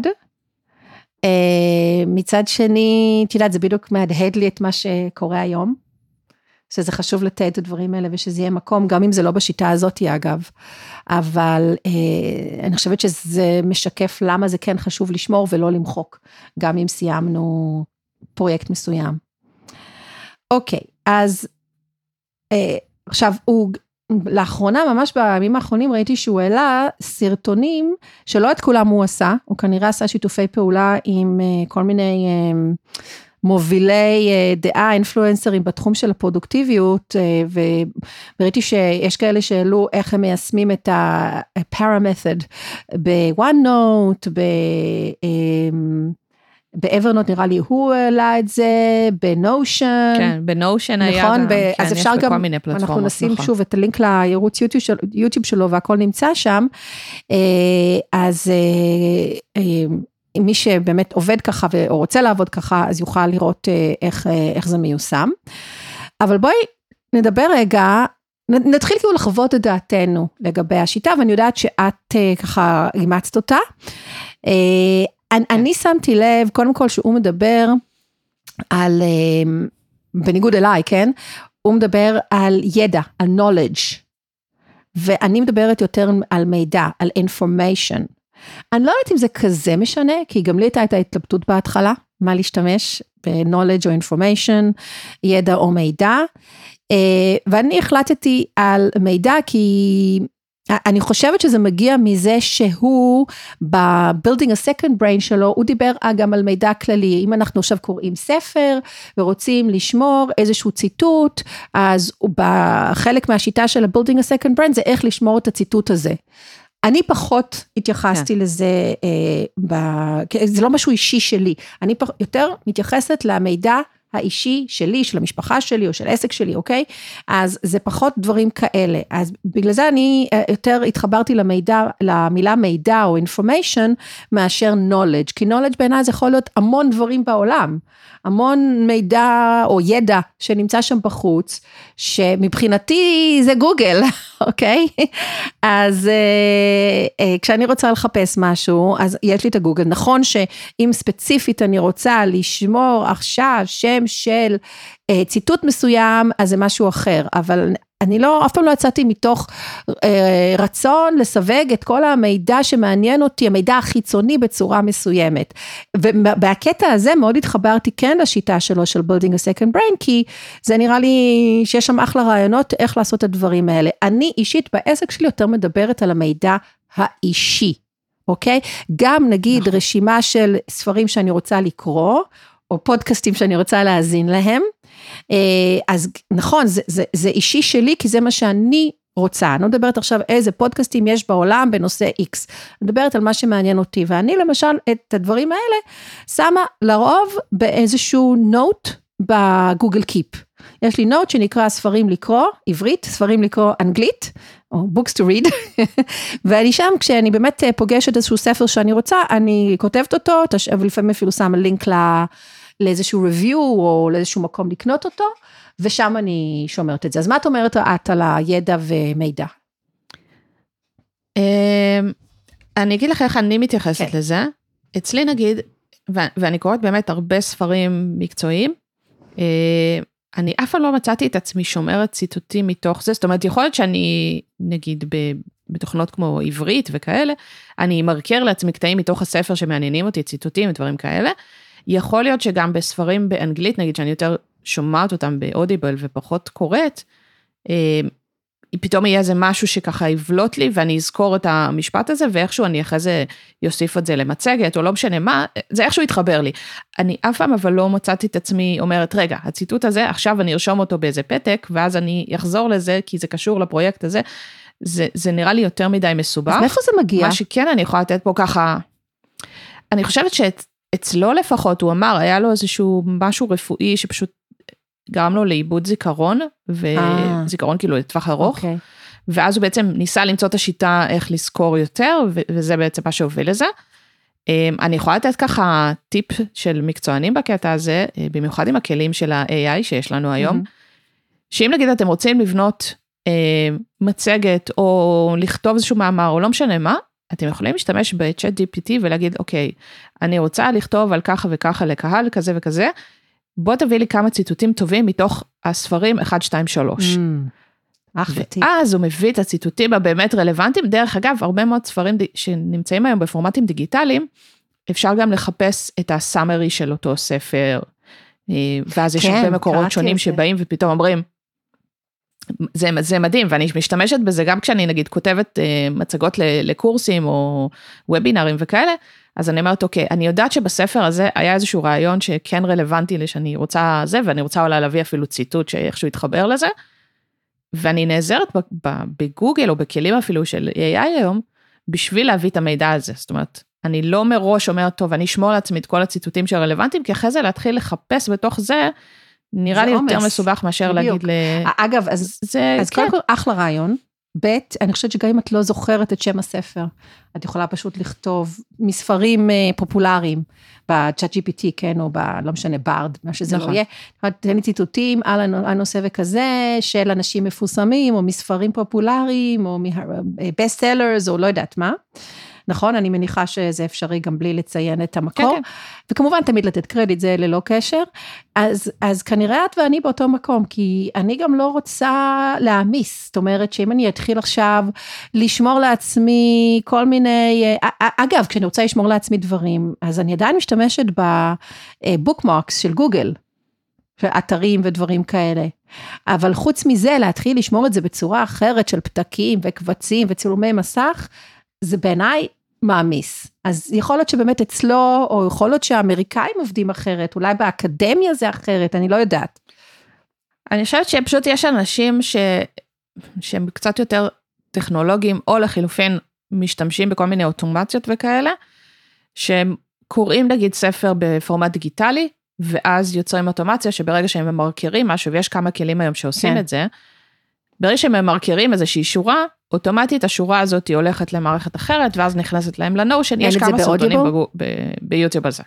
Uh, מצד שני, תדעת, זה בדיוק מהדהד לי את מה שקורה היום, שזה חשוב לתת את הדברים האלה, ושזה יהיה מקום, גם אם זה לא בשיטה הזאת, אגב, אבל uh, אני חושבת שזה משקף למה זה כן חשוב לשמור, ולא למחוק, גם אם סיימנו פרויקט מסוים. אוקיי, אז uh, עכשיו, הוא... לאחרונה, ממש בימים האחרונים, ראיתי שהוא העלה סרטונים, שלא את כולם הוא עשה, הוא כנראה עשה שיתופי פעולה עם כל מיני מובילי דעה, אינפלואנסרים בתחום של הפרודוקטיביות, וראיתי שיש כאלה שאלו איך הם מיישמים את ה-Para-Method ב-OneNote, ב... באברנוט נראה לי הוא העלה את זה, בנושן. כן, בנושן היה נכון, גם, ב- כן, אז יש אפשר בכל גם, מיני פלטפורמות. אנחנו נשים נכון. שוב את הלינק לערוץ יוטיוב, של, יוטיוב שלו, והכל נמצא שם, אז מי שבאמת עובד ככה, או רוצה לעבוד ככה, אז יוכל לראות איך, איך זה מיושם. אבל בואי נדבר רגע, נתחיל כאילו לחוות את דעתנו לגבי השיטה, ואני יודעת שאת ככה אימצת אותה, אני, אני שמתי לב, קודם כל שהוא מדבר על, בניגוד אליי, כן? הוא מדבר על ידע, על knowledge, ואני מדברת יותר על מידע, על information. אני לא יודעת אם זה כזה משנה, כי גם לי הייתה את ההתלבטות בהתחלה, מה להשתמש ב-knowledge או information, ידע או מידע, ואני החלטתי על מידע, כי אני חושבת שזה מגיע מזה שהוא, ב-building a second brain שלו, הוא דיבר גם על מידע כללי, אם אנחנו עכשיו קוראים ספר, ורוצים לשמור איזשהו ציטוט, אז בחלק מהשיטה של ה-building a second brain, זה איך לשמור את הציטוט הזה. אני פחות התייחסתי לזה, זה לא משהו אישי שלי, אני יותר מתייחסת למידע, האישי שלי, של המשפחה שלי, או של עסק שלי, אוקיי? אז זה פחות דברים כאלה. אז בגלל זה אני יותר התחברתי למידע, למילה מידע או information, מאשר knowledge. כי knowledge בעיניי זה יכול להיות המון דברים בעולם. המון מידע או ידע שנמצא שם בחוץ, שמבחינתי זה גוגל, אוקיי? אז כשאני רוצה לחפש משהו, אז יש לי את הגוגל. נכון שאם ספציפית אני רוצה לשמור עכשיו שם של ציטוט מסוים, אז זה משהו אחר, אבל אני לא, אף פעם לא יצאתי מתוך אה, רצון לסווג את כל המידע שמעניין אותי, המידע החיצוני בצורה מסוימת. ובקטע הזה מאוד התחברתי כן לשיטה שלו של Building a Second Brain, כי זה נראה לי שיש שם אחלה רעיונות איך לעשות את הדברים האלה. אני אישית בעסק שלי יותר מדברת על המידע האישי, אוקיי? גם נגיד נכון. רשימה של ספרים שאני רוצה לקרוא, או פודקאסטים שאני רוצה להאזין להם, אז נכון, זה, זה, זה אישי שלי, כי זה מה שאני רוצה, אני לא מדברת עכשיו איזה פודקאסטים יש בעולם בנושא X, אני מדברת על מה שמעניין אותי, ואני למשל את הדברים האלה, שמה לרוב באיזשהו נוט בגוגל קיפ, יש לי נוט שנקרא ספרים לקרוא, עברית, ספרים לקרוא אנגלית, או books to read, ואני שם, כשאני באמת פוגשת איזשהו ספר שאני רוצה, אני כותבת אותו, ולפעמים אפילו שמה לינק לאיזשהו review, או לאיזשהו מקום לקנות אותו, ושם אני שומרת את זה. אז מה את אומרת את על הידע ומידע? אני אגיד לך איך אני מתייחסת לזה, אצלי נגיד, ואני קוראת באמת הרבה ספרים מקצועיים, אני אף פעם לא מצאתי את עצמי שומרת ציטוטים מתוך זה, זאת אומרת, יכול להיות שאני, נגיד, בתוכנות כמו עברית וכאלה, אני מרקר לעצמי קטעים מתוך הספר שמעניינים אותי, ציטוטים ודברים כאלה, יכול להיות שגם בספרים באנגלית, נגיד שאני יותר שומעת אותם באודיבל ופחות קוראת, פתאום יהיה איזה משהו שככה יבלוט לי, ואני אזכור את המשפט הזה, ואיכשהו אני אחרי זה יוסיף את זה למצגת, או לא משנה מה, זה איכשהו יתחבר לי. אני אף פעם אבל לא מצאתי את עצמי, אומרת, רגע, הציטוט הזה, עכשיו אני ארשום אותו באיזה פתק, ואז אני אחזור לזה, כי זה קשור לפרויקט הזה, זה, זה נראה לי יותר מדי מסובך. אז מאיפה זה מגיע? מה שכן אני יכולה לתת פה ככה, אני חושבת שאצלו לפחות, הוא אמר, היה לו איזשהו משהו רפואי, שפשוט גרם לו לאיבוד זיכרון, וזיכרון כאילו לטווח ארוך, okay. ואז הוא בעצם ניסה למצוא את השיטה איך לזכור יותר, וזה בעצם מה שהוביל לזה. אני יכולה לתת ככה טיפ של מקצוענים בקטע הזה, במיוחד עם הכלים של ה-איי איי שיש לנו היום, mm-hmm. שאם נגיד אתם רוצים לבנות מצגת, או לכתוב איזשהו מאמר, או לא משנה מה, אתם יכולים להשתמש ב-צ'אט ג'י פי טי, ולהגיד, אוקיי, אני רוצה לכתוב על ככה וככה לקהל, כזה וכזה, בוא תביא לי כמה ציטוטים טובים מתוך הספרים אחת, שתיים, שלוש. ואז הוא מביא את הציטוטים הבאמת רלוונטיים, דרך אגב, הרבה מאוד ספרים שנמצאים היום בפורמטים דיגיטליים, אפשר גם לחפש את הסאמרי של אותו ספר, ואז יש הרבה מקורות שונים שבאים ופתאום אומרים, זה, זה מדהים, ואני משתמשת בזה גם כשאני נגיד כותבת מצגות לקורסים או וובינרים וכאלה, אז אני אומרת, אוקיי, אני יודעת שבספר הזה היה איזשהו רעיון שכן רלוונטי לי שאני רוצה זה, ואני רוצה אולי להביא אפילו ציטוט שאיכשהו יתחבר לזה, ואני נעזרת בגוגל או בכלים אפילו של איי איי היום, בשביל להביא את המידע הזה, זאת אומרת, אני לא מראש אומרת, טוב, אני אשמור לעצמי את כל הציטוטים שרלוונטיים, כי אחרי זה להתחיל לחפש בתוך זה, נראה לי יותר מסובך מאשר להגיד ל... אגב, אז קודם כל אחלה רעיון, ב' אני חושבת שגם אם את לא זוכרת את שם הספר, את יכולה פשוט לכתוב מספרים פופולריים, בצ'אט ג'י פי טי, כן, או ב... לא משנה, בארד, מה שזה לא יהיה, תן לי ציטוטים על הנושא וכזה, של אנשים מפורסמים, או מספרים פופולריים, או best sellers, או לא יודעת מה, נכון? אני מניחה שזה אפשרי גם בלי לציין את המקור, כן, כן. וכמובן תמיד לתת קרדיט, זה ללא קשר, אז, אז כנראה את ואני באותו מקום, כי אני גם לא רוצה להעמיס, זאת אומרת שאם אני אתחיל עכשיו לשמור לעצמי כל מיני, אגב, כשאני רוצה לשמור לעצמי דברים, אז אני עדיין משתמשת בבוקמרקס של גוגל, של אתרים ודברים כאלה, אבל חוץ מזה, להתחיל לשמור את זה בצורה אחרת, של פתקים וקבצים וצילומי מסך, זה בעיניי מעמיס. אז יכול להיות שבאמת אצלו, או יכול להיות שהאמריקאים עובדים אחרת, אולי באקדמיה זה אחרת, אני לא יודעת. אני חושבת שפשוט יש אנשים ש... שהם קצת יותר טכנולוגיים, או לחילופין משתמשים בכל מיני אוטומציות וכאלה, שהם קוראים נגיד ספר בפורמט דיגיטלי, ואז יוצרים אוטומציה שברגע שהם ממרקרים משהו, ויש כמה כלים היום שעושים כן. את זה, ברגע שהם ממרקרים איזושהי שורה, אוטומטית השורה הזאת היא הולכת למערכת אחרת, ואז נכנסת להם לנושן, יש כמה סרטונים ביוטיוב הזה.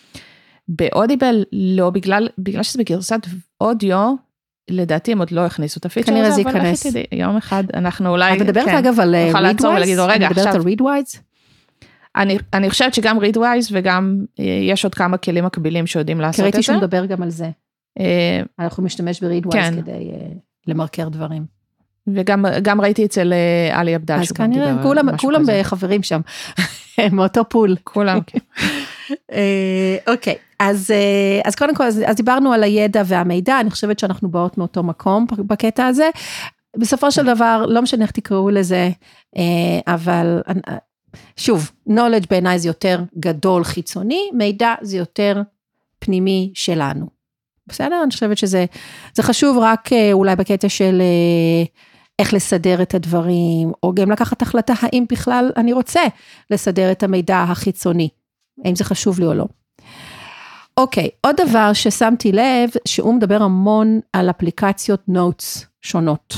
באודיבל לא, בגלל, בגלל שזה בגרסת אודיו, לדעתי הם עוד לא הכניסו את הפיצ'ר הזה, אבל איך תדעי, יום אחד אנחנו אולי, את מדברת אגב על Readwise? את מדברת על Readwise? אני, אני חושבת שגם Readwise, וגם יש עוד כמה כלים מקבילים שיודעים לעשות את זה. קראתי שהוא מדבר גם על זה. אנחנו משתמש ב-Readwise כדי למרקר דברים. וגם גם ראיתי אצל אלי אבדל. אז כנראה, כולם, כולם חברים שם, מאותו פול. כולם, כן. אוקיי, אז, אז קודם כל, אז, אז דיברנו על הידע והמידע, אני חושבת שאנחנו באות מאותו מקום בקטע הזה, בסופו של דבר, לא משנה איך תקראו לזה, אבל שוב, knowledge בעיניי זה יותר גדול חיצוני, מידע זה יותר פנימי שלנו. בסדר? אני חושבת שזה זה חשוב רק אולי בקטע של איך לסדר את הדברים, או גם לקחת החלטה האם בכלל אני רוצה לסדר את המידע החיצוני, האם זה חשוב לי או לא. אוקיי, עוד דבר ששמתי לב, שהוא מדבר המון על אפליקציות נוטס שונות,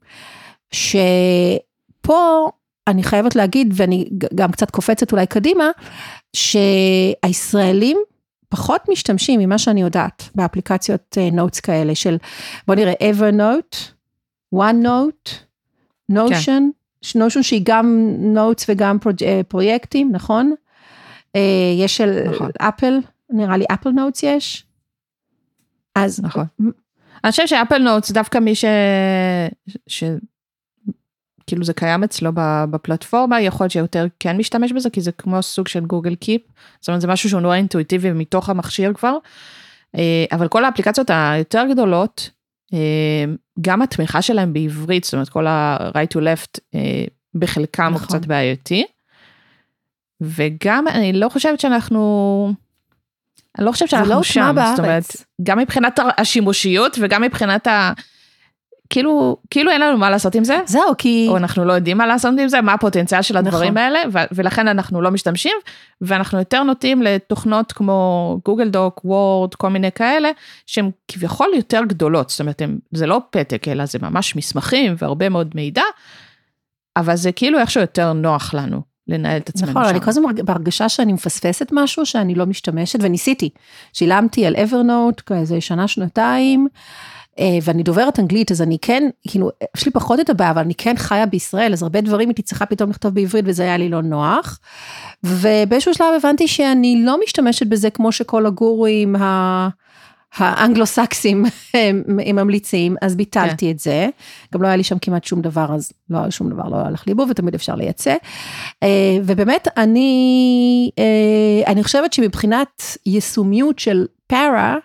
שפה אני חייבת להגיד, ואני גם קצת קופצת אולי קדימה, שהישראלים פחות משתמשים ממה שאני יודעת, באפליקציות נוטס כאלה, של בוא נראה, Evernote, OneNote, Notion, Notion שהיא גם נוטס וגם פרויקטים, נכון? יש של אפל, נראה לי אפל נוטס יש. אז נכון. אני חושב שאפל נוטס דווקא מי ש... ש... כאילו זה קיים אצלו בפלטפורמה, יכול להיות שיותר כן משתמש בזה, כי זה כמו סוג של גוגל קיפ, זאת אומרת זה משהו שהוא נורא אינטואיטיבי מתוך המכשיר כבר, אבל כל האפליקציות היותר גדולות, גם התמיכה שלהם בעברית, זאת אומרת כל ה-right to left, בחלקם הוא קצת בעייתי, וגם אני לא חושבת שאנחנו, אני לא חושבת שאנחנו שם, זאת אומרת, גם מבחינת השימושיות, וגם מבחינת ה... כאילו, כאילו אין לנו מה לעשות עם זה. זהו, כי... או אנחנו לא יודעים מה לעשות עם זה, מה הפוטנציאל של הדברים האלה, ולכן אנחנו לא משתמשים, ואנחנו יותר נוטים לתוכנות כמו גוגל דוק, וורד, כל מיני כאלה, שהן כביכול יותר גדולות, זאת אומרת, זה לא פתק, אלא זה ממש מסמכים, והרבה מאוד מידע, אבל זה כאילו איכשהו יותר נוח לנו, לנהל את עצמנו שם. נכון, אני כל הזמן בהרגשה שאני מפספסת משהו, שאני לא משתמשת, וניסיתי, שילמתי על Evernote, כאיזה שנה, שנתיים, ואני דוברת אנגלית, אז אני כן, כאילו, יש לי פחות את הבעיה, אבל אני כן חיה בישראל, אז הרבה דברים הייתי צריכה פתאום לכתוב בעברית, וזה היה לי לא נוח, ובאיזשהו שלב הבנתי שאני לא משתמשת בזה, כמו שכל הגורואים האנגלו-סקסים הם ממליצים, אז ביטלתי את זה, גם לא היה לי שם כמעט שום דבר, אז לא היה שום דבר, לא הלך לי בו, ותמיד אפשר לייצא, ובאמת אני, אני חושבת שמבחינת יישומיות של פארה,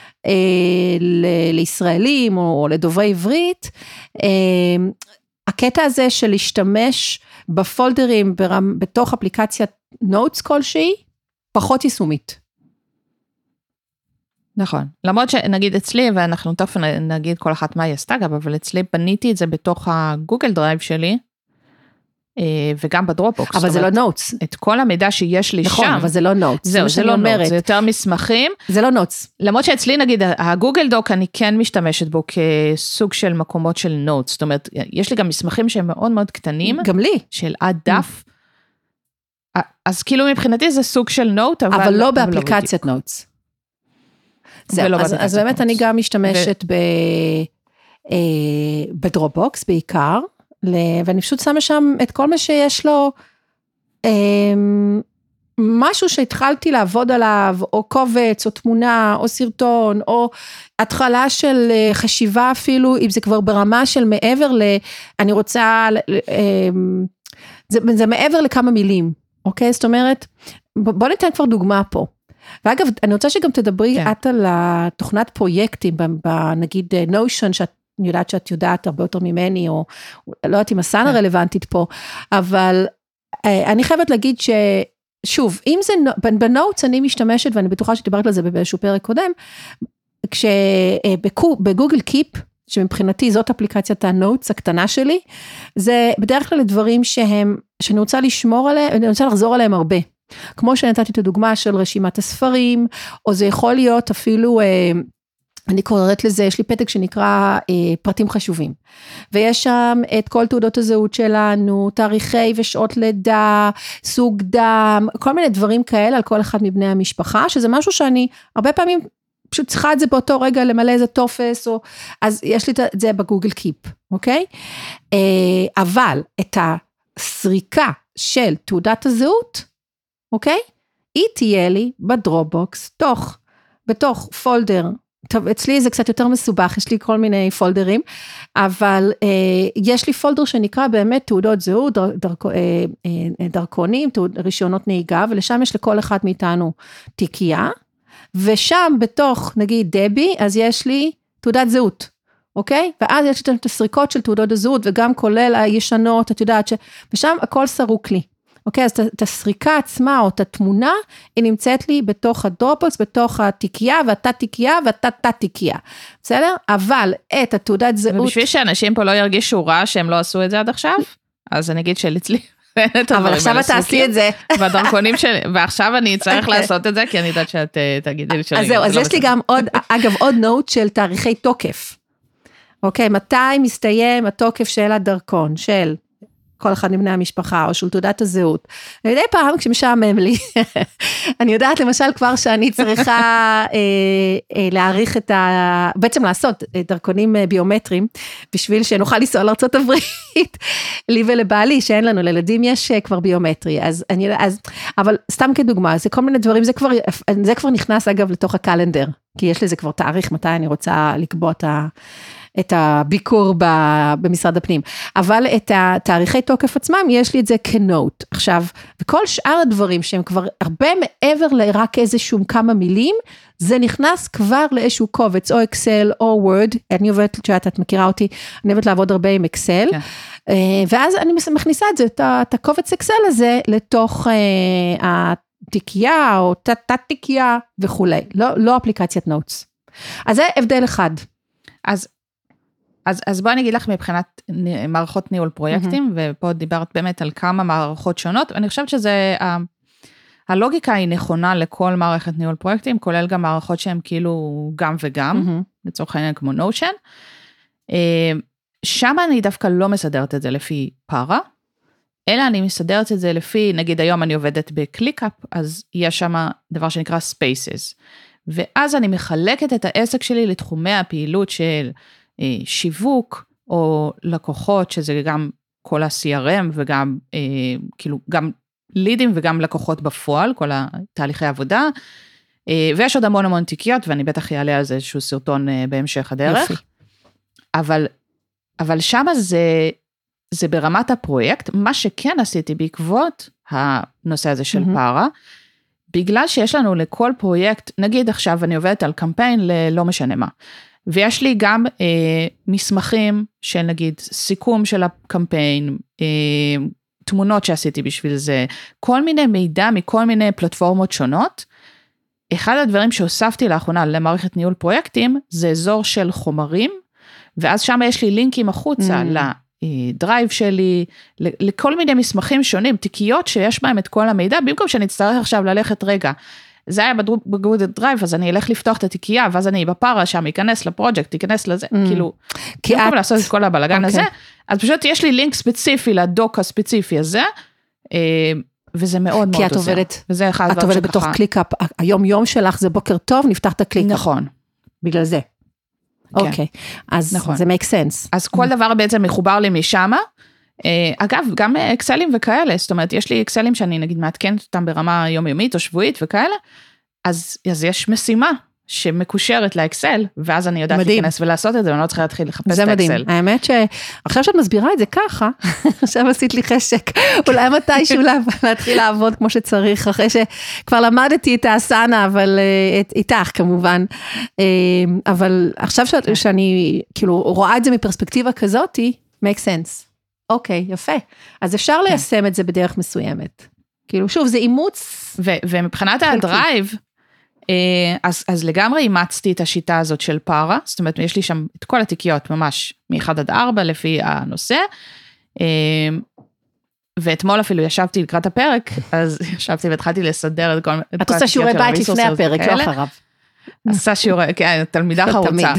לישראלים או לדוברי עברית, הקטע הזה של להשתמש בפולדרים בתוך אפליקציית נוטס כלשהי, פחות יישומית. נכון, למרות שנגיד אצלי, ואנחנו תכף נגיד כל אחת מה היא עשתה גם, אבל אצלי בניתי את זה בתוך הגוגל דרייב שלי, וגם בדרופבוקס. אבל זה לא נוטס. את כל המידע שיש לי שם. נכון, אבל זה לא נוטס. זהו, זה לא נוטס, זה יותר מסמכים. זה לא נוטס. למרות שאצלי נגיד, הגוגל דוק אני כן משתמשת בו כסוג של מקומות של נוטס, זאת אומרת, יש לי גם מסמכים שהם מאוד מאוד קטנים. גם לי. של עד דף. אז כאילו מבחינתי זה סוג של נוט, אבל... אבל לא באפליקציית נוטס. זהו, אז באמת אני גם משתמשת בדרופבוקס בעיקר, ואני פשוט שמה שם את כל מה שיש לו, משהו שהתחלתי לעבוד עליו, או קובץ, או תמונה, או סרטון, או התחלה של חשיבה אפילו, אם זה כבר ברמה של מעבר ל... אני רוצה... זה, זה מעבר לכמה מילים, אוקיי? זאת אומרת, בוא ניתן כבר דוגמה פה. ואגב, אני רוצה שגם תדברי כן. את על התוכנת פרויקטים, נגיד Notion, שאת אני יודעת שאת יודעת הרבה יותר ממני, או לא יודעת אם הסאנה רלוונטית פה, אבל אני חייבת להגיד ששוב, אם זה, בנוטס אני משתמשת, ואני בטוחה שדיברת על זה באיזשהו פרק קודם, כשבגוגל קיפ, שמבחינתי זאת אפליקציית הנוטס הקטנה שלי, זה בדרך כלל דברים שהם, שאני רוצה לשמור עליהם, אני רוצה לחזור עליהם הרבה. כמו שנתתי את הדוגמה של רשימת הספרים, או זה יכול להיות אפילו... אני קוראת לזה, יש לי פתק שנקרא אה, פרטים חשובים, ויש שם את כל תעודות הזהות שלנו, תאריכי ושעות לידה, סוג דם, כל מיני דברים כאלה על כל אחד מבני המשפחה, שזה משהו שאני הרבה פעמים פשוט צריכה את זה באותו רגע למלא איזה טופס, או, אז יש לי את זה בגוגל קיפ, אוקיי? אה, אבל את הסריקה של תעודת הזהות, אוקיי? היא תהיה לי בדרופבוקס, תוך, בתוך פולדר, טוב, אצלי זה קצת יותר מסובך, יש לי כל מיני פולדרים, אבל אה, יש לי פולדר שנקרא באמת תעודות זהות, דר, דרכ, אה, אה, דרכונים, תעוד, רישיונות נהיגה, ולשם יש לכל אחד מאיתנו תיקייה, ושם בתוך, נגיד דבי, אז יש לי תעודת זהות, אוקיי? ואז יש לי את הסריקות של תעודות הזהות, וגם כולל הישנות, את יודעת ש... ושם הכל סרוק לי. אוקיי, אז את הסריקה עצמה, או את התמונה, היא נמצאת לי בתוך הדרופבוקס, בתוך התיקייה, ואתה תיקייה, ואתה תת-תיקייה. בסדר? אבל את התעודת זהות... ובשביל שאנשים פה לא ירגישו רע, שהם לא עשו את זה עד עכשיו, אז אני אגיד שאצלי... אבל עכשיו אתה עשי את זה. והדרכונים שלי, ועכשיו אני צריך לעשות את זה, כי אני יודעת שאת תגידי לי שאני... אז זהו, אז יש לי גם עוד, אגב, עוד נוט של תאריכי תוקף. אוקיי, מתי מסתיים התוקף של הדרכון, של כל אחד מבני המשפחה, או של תעודת הזהות. מדי פעם, כשמשעמם לי, אני יודעת למשל כבר שאני צריכה אה, אה, להעריך את ה... בעצם לעשות דרכונים ביומטריים, בשביל שנוכל לנסוע לארצות הברית, לי ולבעלי, שאין לנו, לילדים יש כבר ביומטרי, אז אני, אז, אבל סתם כדוגמה, זה כל מיני דברים, זה כבר, זה כבר נכנס אגב לתוך הקלנדר, כי יש לזה כבר תאריך, מתי אני רוצה לקבוע את ה... את הביקור במשרד הפנים, אבל את התאריכי תוקף עצמם, יש לי את זה כנוט. עכשיו, וכל שאר הדברים שהם כבר הרבה מעבר לרק איזשהו כמה מילים, זה נכנס כבר לאיזשהו קובץ, או אקסל, או וורד, אני עובדת, שאת, את מכירה אותי, אני אוהבת לעבוד הרבה עם אקסל, כן. ואז אני מכניסה את זה, את הקובץ אקסל הזה, לתוך התיקייה, או תת-תיקייה וכולי, לא, לא אפליקציית נוטס. אז זה הבדל אחד. אז אז, אז בואי אני אגיד לך מבחינת מערכות ניהול פרויקטים, mm-hmm. ופה דיברת באמת על כמה מערכות שונות, אני חושבת שזה, ה, הלוגיקה היא נכונה לכל מערכת ניהול פרויקטים, כולל גם מערכות שהן כאילו גם וגם, mm-hmm. לצורך העניין כמו נושן, שם אני דווקא לא מסדרת את זה לפי פארה, אלא אני מסדרת את זה לפי, נגיד היום אני עובדת בקליקאפ, אז יש שם דבר שנקרא Spaces, ואז אני מחלקת את העסק שלי לתחומי הפעילות של שיווק, או לקוחות, שזה גם כל ה-סי אר אם, וגם, אה, כאילו, גם לידים, וגם לקוחות בפועל, כל התהליכי עבודה, אה, ויש עוד המון המון תיקיות, ואני בטח אעלה על זה איזשהו סרטון אה, בהמשך הדרך, יופי. אבל, אבל שמה זה, זה ברמת הפרויקט, מה שכן עשיתי בעקבות הנושא הזה של mm-hmm. פארה, בגלל שיש לנו לכל פרויקט, נגיד עכשיו אני עובדת על קמפיין ללא משנה מה, ויש לי גם אה, מסמכים של נגיד סיכום של הקמפיין, אה, תמונות שעשיתי בשביל זה, כל מיני מידע מכל מיני פלטפורמות שונות. אחד הדברים שהוספתי לאחרונה למערכת ניהול פרויקטים, זה אזור של חומרים, ואז שם יש לי לינקים החוצה mm. לדרייב שלי, לכל מיני מסמכים שונים, תיקיות שיש בהם את כל המידע, במקום שאני אצטרך עכשיו ללכת רגע, זה היה בגוד דרייב, אז אני אלך לפתוח את התיקייה, ואז אני בפארה שם, אכנס לפרויקט, אכנס לזה, mm. כאילו, במקום את... לעשות את כל הבלגן okay. הזה, אז פשוט יש לי לינק ספציפי לדוק הספציפי הזה, וזה מאוד מאוד עוזר. עובדת, וזה אחד את עובדת בתוך קליקאפ, היום יום שלך זה בוקר טוב, נפתח את הקליקאפ. נכון. בגלל זה. אוקיי, אז נכון. זה make sense. אז כל דבר בעצם מחובר לי משמה, אגב, גם אקסלים וכאלה, זאת אומרת, יש לי אקסלים שאני נגיד מעדכנת אותם ברמה יומיומית או שבועית וכאלה, אז, אז יש משימה שמקושרת לאקסל, ואז אני יודעת מדהים. להיכנס ולעשות את זה, ואני לא צריכה להתחיל לחפש את האקסל. זה מדהים, האמת שעכשיו שאת מסבירה את זה ככה, עכשיו עשית לי חשק, אולי מתישהו להתחיל לעבוד כמו שצריך, אחרי שכבר למדתי את האסנה, אבל איתך כמובן, אבל עכשיו שאני כאילו רואה את זה מפרספקטיבה כזאת, make sense. אוקיי, יפה. אז אפשר ליישם את זה בדרך מסוימת. כאילו, שוב, זה אימוץ. ומבחינת הדרייב, אז, אז לגמרי אימצתי את השיטה הזאת של פארה, זאת אומרת, יש לי שם את כל התיקיות ממש מ-אחד עד ארבע לפי הנושא, ואתמול אפילו ישבתי לקראת הפרק, אז ישבתי והתחלתי לסדר את כל התיקיות של הריסורסים. את עושה שיעורי בית לפני הפרק, לא אחריו. עושה שיעורי, כן, תלמידה חרוצה.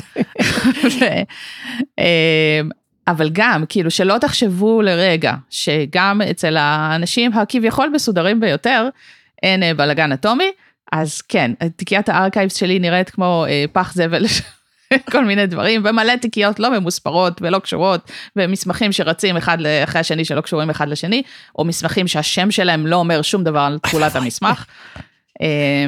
אבל גם, כאילו, שלא תחשבו לרגע, שגם אצל האנשים הכביכול מסודרים ביותר, אין בלגן אטומי, אז כן, תיקיית הארכייבס שלי נראית כמו אה, פח זבל, כל מיני דברים, ומלא תיקיות לא ממוספרות ולא קשורות, ומסמכים שרצים אחד אחרי השני שלא קשורים אחד לשני, או מסמכים שהשם שלהם לא אומר שום דבר על תחולת המסמך. אה,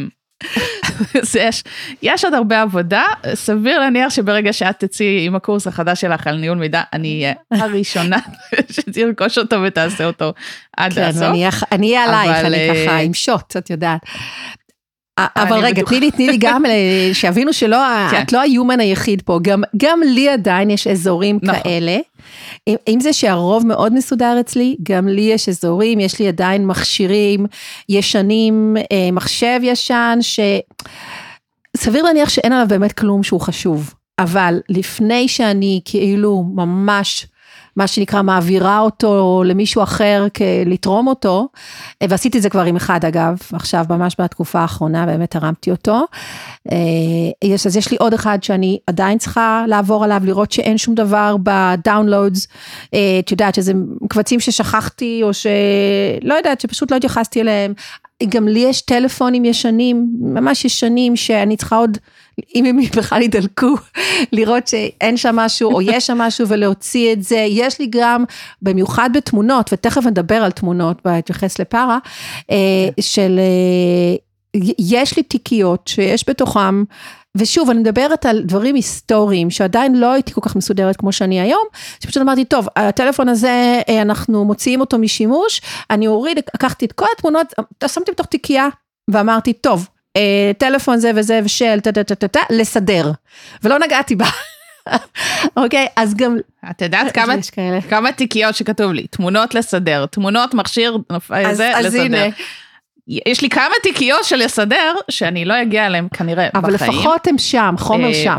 יש, יש עוד הרבה עבודה, סביר להניח שברגע שאת תצאי עם הקורס החדש שלך על ניהול מידע, אני אהיה הראשונה שתרכוש אותו ותעשה אותו עד כן, הסוף. אני אהיה עלייך, אני ככה עם שוט, את יודעת. אבל רגע, תני לי, תני לי גם שיבינו שלא, את לא היומן היחיד פה, גם לי עדיין יש אזורים כאלה, אם זה שהרוב מאוד מסודר אצלי, גם לי יש אזורים, יש לי עדיין מכשירים ישנים, מחשב ישן, שסביר להניח שאין עליו באמת כלום שהוא חשוב, אבל לפני שאני כאילו ממש, מה שנקרא מעבירה אותו למישהו אחר לתרום אותו, ועשיתי את זה כבר עם אחד אגב, עכשיו ממש בתקופה האחרונה באמת הרמתי אותו, יש, אז יש לי עוד אחד שאני עדיין צריכה לעבור עליו, לראות שאין שום דבר בדאונלודס, את יודעת שזה קבצים ששכחתי, או שלא יודעת, שפשוט לא התייחסתי אליהם, גם לי יש טלפונים ישנים, ממש ישנים, שאני צריכה עוד, אם הם בכלל ידלקו, לראות שאין שם משהו, או יש שם משהו, ולהוציא את זה, יש לי גם, במיוחד בתמונות, ותכף נדבר על תמונות, בהתייחס לפרה, של, יש לי תיקיות, שיש בתוכם, ושוב, אני מדברת על דברים היסטוריים, שעדיין לא הייתי כל כך מסודרת כמו שאני היום, שפשוט אמרתי, טוב, הטלפון הזה, אנחנו מוציאים אותו משימוש, אני אוריד, לקחתי את כל התמונות, שמתי בתוך תיקייה, ואמרתי, טוב, טלפון זה וזה ושל, טטטטטט, לסדר, ולא נגעתי בה. אוקיי, אז גם... את יודעת כמה, כמה תיקיות שכתוב לי, תמונות לסדר, תמונות מכשיר זה לסדר. יש לי כמה תיקיות של לסדר, שאני לא אגיע אליהם כנראה אבל בחיים. אבל לפחות הם שם, חומר שם.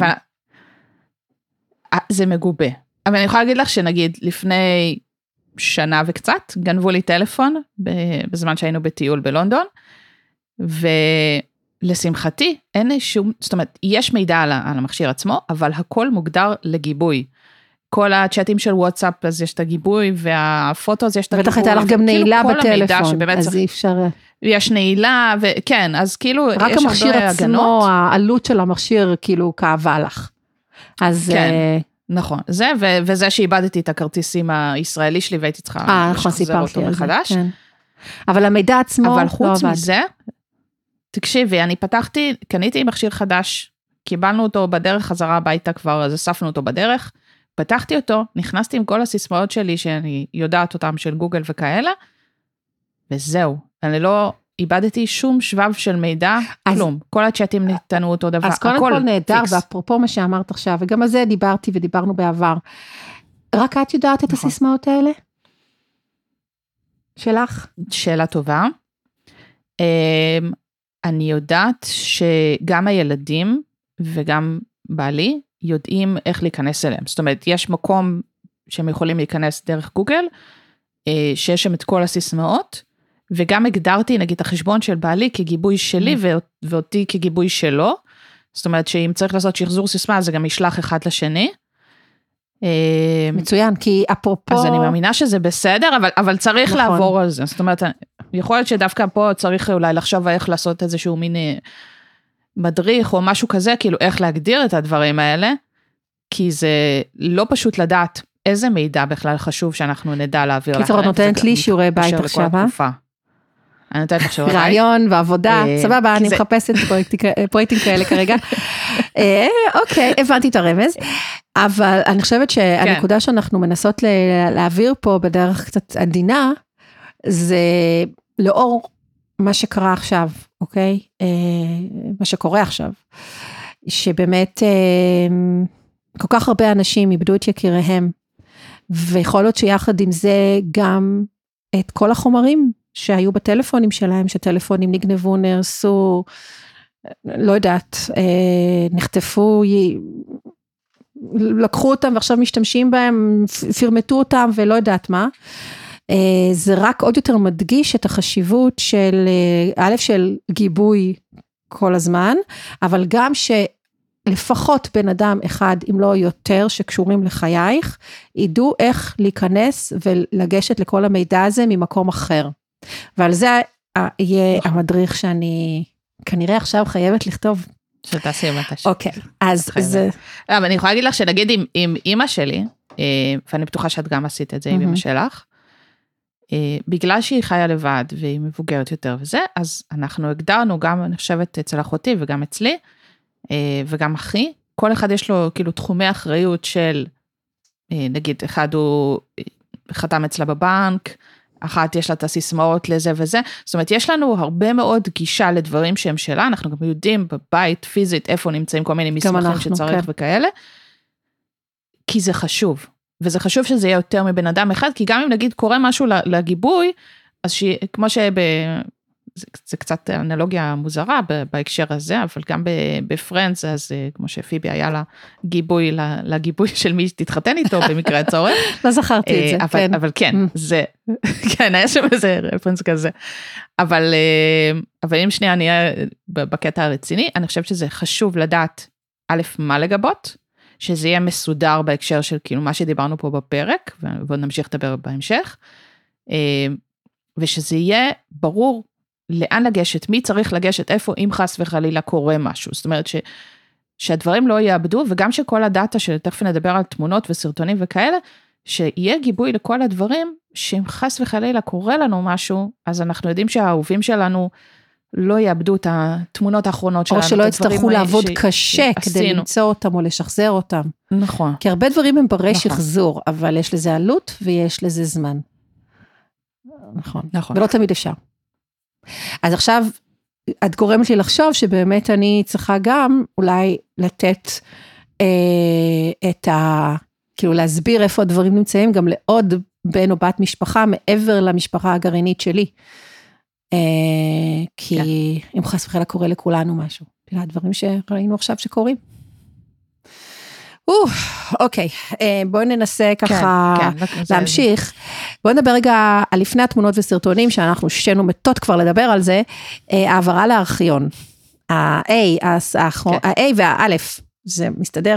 זה מגובה. אבל אני יכולה להגיד לך שנגיד, לפני שנה וקצת, גנבו לי טלפון, בזמן שהיינו בטיול בלונדון, ולשמחתי, אין לי שום, זאת אומרת, יש מידע על המכשיר עצמו, אבל הכל מוגדר לגיבוי. כל הצ'אטים של וואטסאפ, אז יש את הגיבוי, והפוטו, אז יש את הגיבוי. בטח הייתה לך גם נעילה בטלפון, אז אי אפשר... יש נעילה, וכן, אז כאילו, רק המכשיר עצמו, העלות של המכשיר, כאילו, כאבה לך. אז... כן, נכון. זה, וזה שאיבדתי את הכרטיסים הישראלי שלי, והייתי צריכה לשחזר אותו מחדש. אבל המידע עצמו לא עבד. אבל חוץ מזה, תקשיבי, אני פתחתי, קניתי מכשיר חדש, קיבלנו אותו בדרך חזרה הביתה כבר, אז אספנו אותו בדרך, פתחתי אותו, נכנסתי עם כל הסיסמאות שלי, שאני יודעת אותם של גוגל וכאלה, וזהו, אני לא איבדתי שום שבב של מידע, אז, כלום, כל הצ'אטים ניתנו אותו דבר, אז קודם כל נהדר, ואפרופו מה שאמרת עכשיו, וגם על זה דיברתי ודיברנו בעבר, רק את יודעת את נכון. הסיסמאות האלה? שלך? שאלה טובה, אני יודעת שגם הילדים, וגם בעלי, יודעים איך להיכנס אליהם, זאת אומרת, יש מקום שהם יכולים להיכנס דרך גוגל, שיש שם את כל הסיסמאות, וגם הגדרתי, נגיד, החשבון של בעלי כגיבוי שלי, ואותי כגיבוי שלו, זאת אומרת, שאם צריך לעשות שחזור סיסמה, זה גם ישלח אחד לשני. מצוין, כי אפרופו... אז אני מאמינה שזה בסדר, אבל, אבל צריך נכון. לעבור על זה, זאת אומרת, יכול להיות שדווקא פה צריך אולי לחשוב איך לעשות איזשהו מין מדריך, או משהו כזה, כאילו איך להגדיר את הדברים האלה, כי זה לא פשוט לדעת איזה מידע בכלל חשוב שאנחנו נדע להעביר לכם. קיצור, את נותנת לי שיעורי בית עכשיו, אה? אני נותנת לך שיעורי בית. רעיון ועבודה, סבבה, אני מחפשת פרויקטים כאלה כרגע. אוקיי, הבנתי את הרמז, אבל אני חושבת שהנקודה שאנחנו מנסות להעביר פה בדרך קצת עדינה, זה לאור מה שקרה עכשיו, אוקיי? מה שקורה עכשיו, שבאמת כל כך הרבה אנשים איבדו את יקיריהם, ויכול להיות שיחד עם זה גם את כל החומרים שהיו בטלפונים שלהם, שטלפונים נגנבו, נהרסו, לא יודעת, נחטפו, לקחו אותם ועכשיו משתמשים בהם, פרמטו אותם ולא יודעת מה. זה רק עוד יותר מדגיש את החשיבות של, א' של גיבוי כל הזמן, אבל גם שלפחות בן אדם אחד, אם לא יותר, שקשורים לחייך, ידעו איך להיכנס ולגשת לכל המידע הזה ממקום אחר. ועל זה יהיה המדריך שאני כנראה עכשיו חייבת לכתוב. שתעשי מתש. אוקיי, אז זה... אבל אני יכולה להגיד לך שנגיד עם אמא שלי, ואני בטוחה שאת גם עשית את זה עם אמא שלך, בגלל שהיא חיה לבד והיא מבוגרת יותר וזה, אז אנחנו הגדרנו גם, אני חושבת, אצל אחותי וגם אצלי, וגם אחי, כל אחד יש לו כאילו תחומי אחריות של, נגיד, אחד הוא חתם אצלה בבנק, אחת יש לה את הסיסמאות לזה וזה, זאת אומרת, יש לנו הרבה מאוד גישה לדברים שהם שלה, אנחנו גם יודעים בבית פיזית איפה נמצאים כל מיני מסמכים שצריך כן. וכאלה, כי זה חשוב, וזה חשוב שזה יהיה יותר מבן אדם אחד, כי גם אם נגיד קורה משהו לגיבוי, אז כמו שב... זה, זה קצת אנלוגיה מוזרה בהקשר הזה, אבל גם בפרנדס, אז כמו שפיבי היה לה גיבוי, לגיבוי של מי שתתחתן איתו במקרה הצורך. לא זכרתי את זה, אבל, כן. אבל כן, זה, כן, היה שם איזה רפרנס כזה. אבל, אבל אם שנייה נהיה בקטע הרציני, אני חושבת שזה חשוב לדעת, א', מה לגבות, שזה יהיה מסודר בהקשר של כאילו מה שדיברנו פה בפרק, ועוד נמשיך לדבר בהמשך, ושזה יהיה ברור, לאן לגשת, מי צריך לגשת, איפה, אם חס וחלילה קורה משהו, זאת אומרת ש, שהדברים לא יאבדו, וגם שכל הדאטה שתכף נדבר על תמונות וסרטונים וכאלה, שיהיה גיבוי לכל הדברים, שאם חס וחלילה קורה לנו משהו, אז אנחנו יודעים שהאהובים שלנו לא יאבדו את התמונות האחרונות שלנו. או שלא יצטרכו לעבוד קשה כדי למצוא אותם או לשחזר אותם. נכון. כי הרבה דברים הם ברי שחזור, אבל יש לזה עלות ויש לזה זמן. נכון. נכון. ולא תמיד אפשר. אז עכשיו, את גורמת לי לחשוב שבאמת אני צריכה גם אולי לתת אה, את ה... כאילו להסביר איפה הדברים נמצאים, גם לעוד בן או בת משפחה, מעבר למשפחה הגרעינית שלי. אה, כי כן. אם חס וחלילה קורה לכולנו משהו. הדברים שראינו עכשיו שקורים. אוקיי, בואו ננסה ככה להמשיך. בואו נדבר רגע על לפני התמונות וסרטונים, שאנחנו ששנו מתות כבר לדבר על זה, העברה לארכיון. ה-A, ה-A וה-א', זה מסתדר,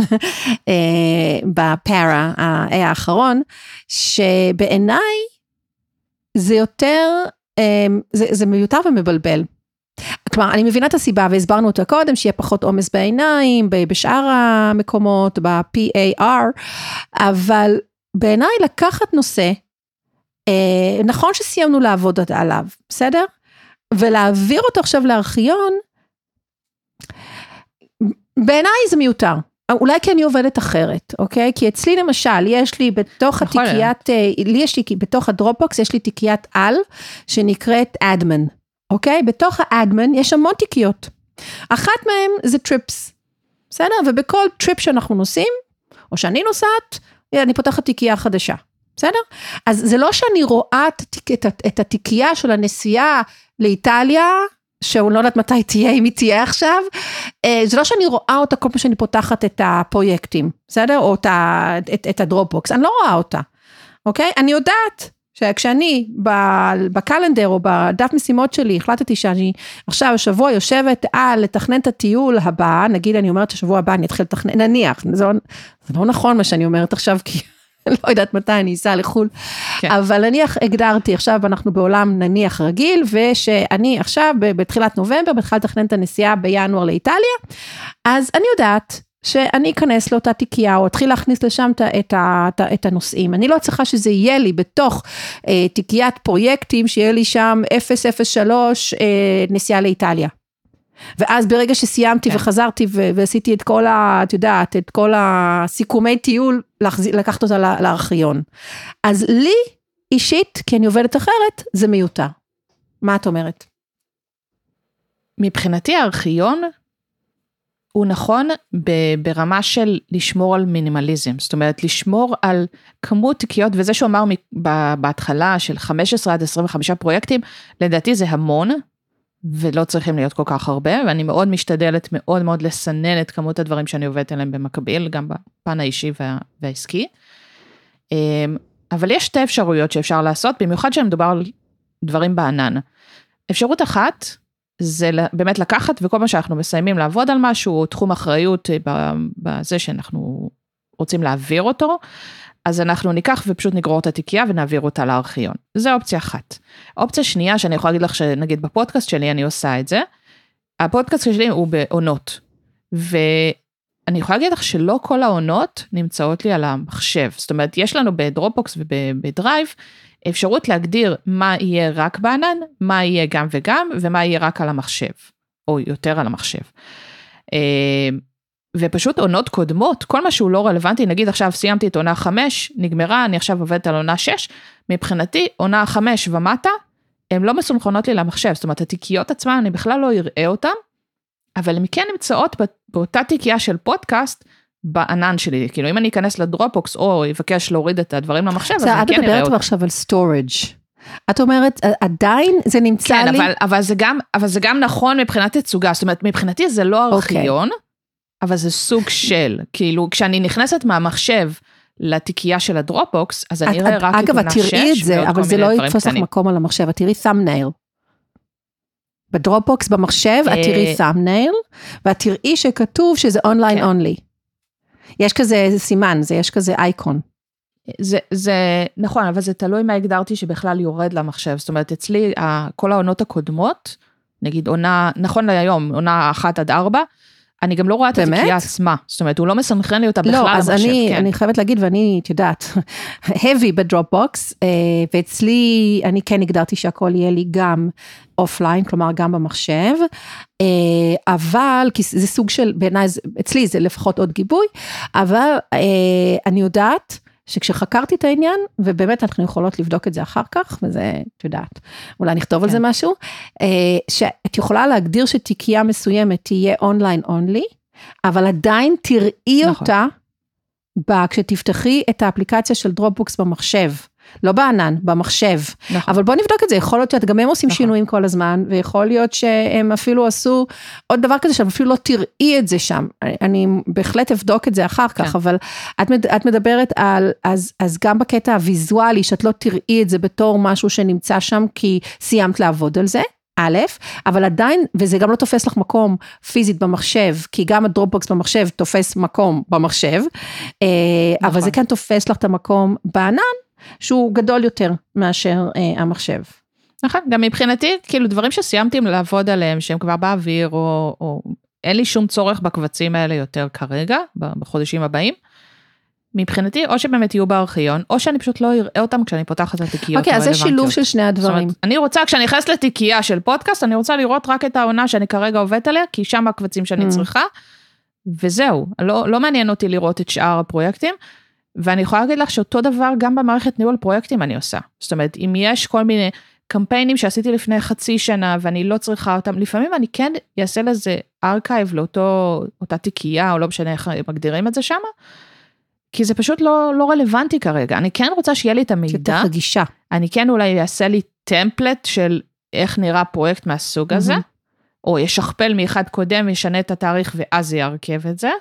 בפארה, ה-A האחרון, שבעיניי זה יותר, זה מיותר ומבלבל. כלומר, אני מבינה את הסיבה, והסברנו אותה קודם, שיהיה פחות עומס בעיניים, בשאר המקומות, ב-P A R, אבל בעיניי לקחת נושא, נכון שסיימנו לעבוד עליו, בסדר? ולהעביר אותו עכשיו לארכיון, בעיניי זה מיותר. אולי כי אני עובדת אחרת, אוקיי? כי אצלי למשל, יש לי בתוך התיקיית, לי יש לי, בתוך הדרופבוקס, יש לי תיקיית על, שנקראת אדמן. אוקיי? בתוך האדמן יש המון תיקיות. אחת מהם זה טריפס. בסדר? ובכל טריפ שאנחנו נוסעים, או שאני נוסעת, אני פותחת תיקייה חדשה. בסדר? אז זה לא שאני רואה את, את, את התיקייה של הנסיעה לאיטליה, שהוא לא יודעת מתי תהיה, אם היא תהיה עכשיו, זה לא שאני רואה אותה כל פעם שאני פותחת את הפרויקטים. בסדר? או את, את, את הדרופבוקס. אני לא רואה אותה. אוקיי? אני יודעת שכשאני בקלנדר או בדף משימות שלי, החלטתי שאני עכשיו השבוע יושבת על לתכנן את הטיול הבא, נגיד אני אומרת השבוע הבא אני אתחיל לתכנן, נניח, זה לא, זה לא נכון מה שאני אומרת עכשיו, כי לא יודעת מתי אני אסע לחול, כן. אבל נניח הגדרתי, עכשיו אנחנו בעולם נניח רגיל, ושאני עכשיו בתחילת נובמבר, בתחילת לתכנן את הנסיעה בינואר לאיטליה, אז אני יודעת, שאני אכנס לאותה תיקייה, או אתחיל להכניס לשם את, את, את, את הנושאים. אני לא צריכה שזה יהיה לי בתוך אה, תיקיית פרויקטים, שיהיה לי שם אפס אפס שלוש אה, נסיעה לאיטליה. ואז ברגע שסיימתי כן. וחזרתי ו- ועשיתי את כל ה... את יודעת, את כל הסיכומי טיול, להחז... לקחת אותה לארכיון. אז לי אישית, כי אני עובדת אחרת, זה מיותר. מה את אומרת? מבחינתי הארכיון, הוא נכון ברמה של לשמור על מינימליזם, זאת אומרת, לשמור על כמות תיקיות, וזה שהוא אמר בהתחלה של חמש עשרה עד עשרים וחמישה פרויקטים, לדעתי זה המון, ולא צריכים להיות כל כך הרבה, ואני מאוד משתדלת מאוד מאוד לסנן את כמות הדברים שאני עובדת עליהם במקביל, גם בפן האישי וה, והעסקי. אבל יש שתי אפשרויות שאפשר לעשות, במיוחד שמדובר על דברים בענן. אפשרות אחת, זה באמת לקחת, וכל מה שאנחנו מסיימים לעבוד על משהו, תחום אחריות בזה שאנחנו רוצים להעביר אותו, אז אנחנו ניקח ופשוט נגרור את התיקייה, ונעביר אותה לארכיון. זו אופציה אחת. אופציה שנייה, שאני יכולה להגיד לך, שנגיד בפודקאסט שלי, אני עושה את זה, הפודקאסט שלי הוא בעונות, ואני יכולה להגיד לך, שלא כל העונות נמצאות לי על המחשב, זאת אומרת, יש לנו בדרופבוקס ובדרייב, אפשרות להגדיר מה יהיה רק בענן, מה יהיה גם וגם, ומה יהיה רק על המחשב, או יותר על המחשב. ופשוט עונות קודמות, כל מה שהוא לא רלוונטי, נגיד עכשיו סיימתי את עונה חמש, נגמרה, אני עכשיו עובדת על עונה שש, מבחינתי עונה חמש ומטה, הן לא מסונכרנות לי למחשב, זאת אומרת, התיקיות עצמן, אני בכלל לא אראה אותן, אבל הן כן נמצאות באותה תיקייה של פודקאסט, בענן שלי, כאילו אם אני אכנס לדרופבוקס, או יבקש להוריד את הדברים למחשב, אז אני כן אראה אותם. את מדברת עכשיו על storage. את אומרת, עדיין זה נמצא כן, לי? כן, אבל, אבל, זה גם, אבל זה גם נכון מבחינת תצוגה, זאת אומרת, מבחינתי זה לא ארכיון, okay. אבל זה סוג של, כאילו, כשאני נכנסת מהמחשב לתיקייה של הדרופבוקס, אז אני אראה רק את עונה שש, אגב, את תראי את זה, אבל זה לא יתפוס לך מקום על המחשב, את תראי thumbnail. בדרופבוקס במחשב, את תראי thumbnail, ואת תראי שכתוב שזה online only. יש כזה סימן, זה יש כזה אייקון. זה, זה נכון, אבל זה תלוי מה הגדרתי שבכלל יורד למחשב, זאת אומרת, אצלי, כל העונות הקודמות, נגיד עונה, נכון להיום, עונה אחת עד ארבע, אני גם לא רואה את התיקייה עצמה, זאת אומרת, הוא לא מסנכרן לי אותה בכלל למחשב. לא, אז אני, אני חייבת להגיד, ואני, את יודעת, heavy בדרופבוקס, ואצלי, אני כן הגדרתי שהכל יהיה לי גם אופליין, כלומר גם במחשב, אבל, כי זה סוג של, בעיניי, אצלי זה לפחות עוד גיבוי, אבל אני יודעת, שכשחקרתי את העניין, ובאמת אנחנו יכולות לבדוק את זה אחר כך, וזה, את יודעת, אולי נכתוב על זה משהו, שאת יכולה להגדיר שתיקייה מסוימת תהיה אונליין אונלי, אבל עדיין תראי אותה, כשתפתחי את האפליקציה של דרופבוקס במחשב, לא בענן, במחשב. נכון. אבל בוא נבדוק את זה, יכול להיות שגם הם עושים נכון. שינויים כל הזמן, ויכול להיות שהם אפילו עשו עוד דבר כזה, שאפילו לא תראי את זה שם. אני בהחלט אבדוק את זה אחר כך, כן. אבל את, את מדברת על, אז, אז גם בקטע הוויזואלי, שאת לא תראי את זה בתור משהו שנמצא שם, כי סיימת לעבוד על זה, א', אבל עדיין, וזה גם לא תופס לך מקום פיזית במחשב, כי גם הדרופבוקס במחשב תופס מקום במחשב, נכון. אבל זה כן תופס לך את המקום בענן, שהוא גדול יותר מאשר אה, המחשב. נכון, גם מבחינתי, כאילו דברים שסיימתי לעבוד עליהם, שהם כבר באוויר, או, או אין לי שום צורך בקבצים האלה יותר כרגע, בחודשים הבאים, מבחינתי, או שבאמת יהיו בארכיון, או שאני פשוט לא אראה אותם כשאני פותחת את התיקיות. אוקיי, אז זה שילוב של שני הדברים. אומרת, אני רוצה, כשאני נכנס לתיקייה של פודקאסט, אני רוצה לראות רק את העונה שאני כרגע עובדת עליה, כי שם הקבצים שאני mm. צריכה, וזהו, לא, לא מעניין אותי לראות את שאר הפרויקטים, ואני יכולה להגיד לך שאותו דבר גם במערכת ניהול פרויקטים אני עושה. זאת אומרת, אם יש כל מיני קמפיינים שעשיתי לפני חצי שנה, ואני לא צריכה אותם, לפעמים אני כן אעשה לזה ארכייב לאותו, אותה תיקייה, או לא משנה איך מגדירים את זה שם, כי זה פשוט לא, לא רלוונטי כרגע. אני כן רוצה שיהיה לי את המידע. הגישה. אני כן אולי אעשה לי טמפלט של איך נראה פרויקט מהסוג הזה, או ישכפל מאחד קודם, ישנה את התאריך, ואז ירכב את זה.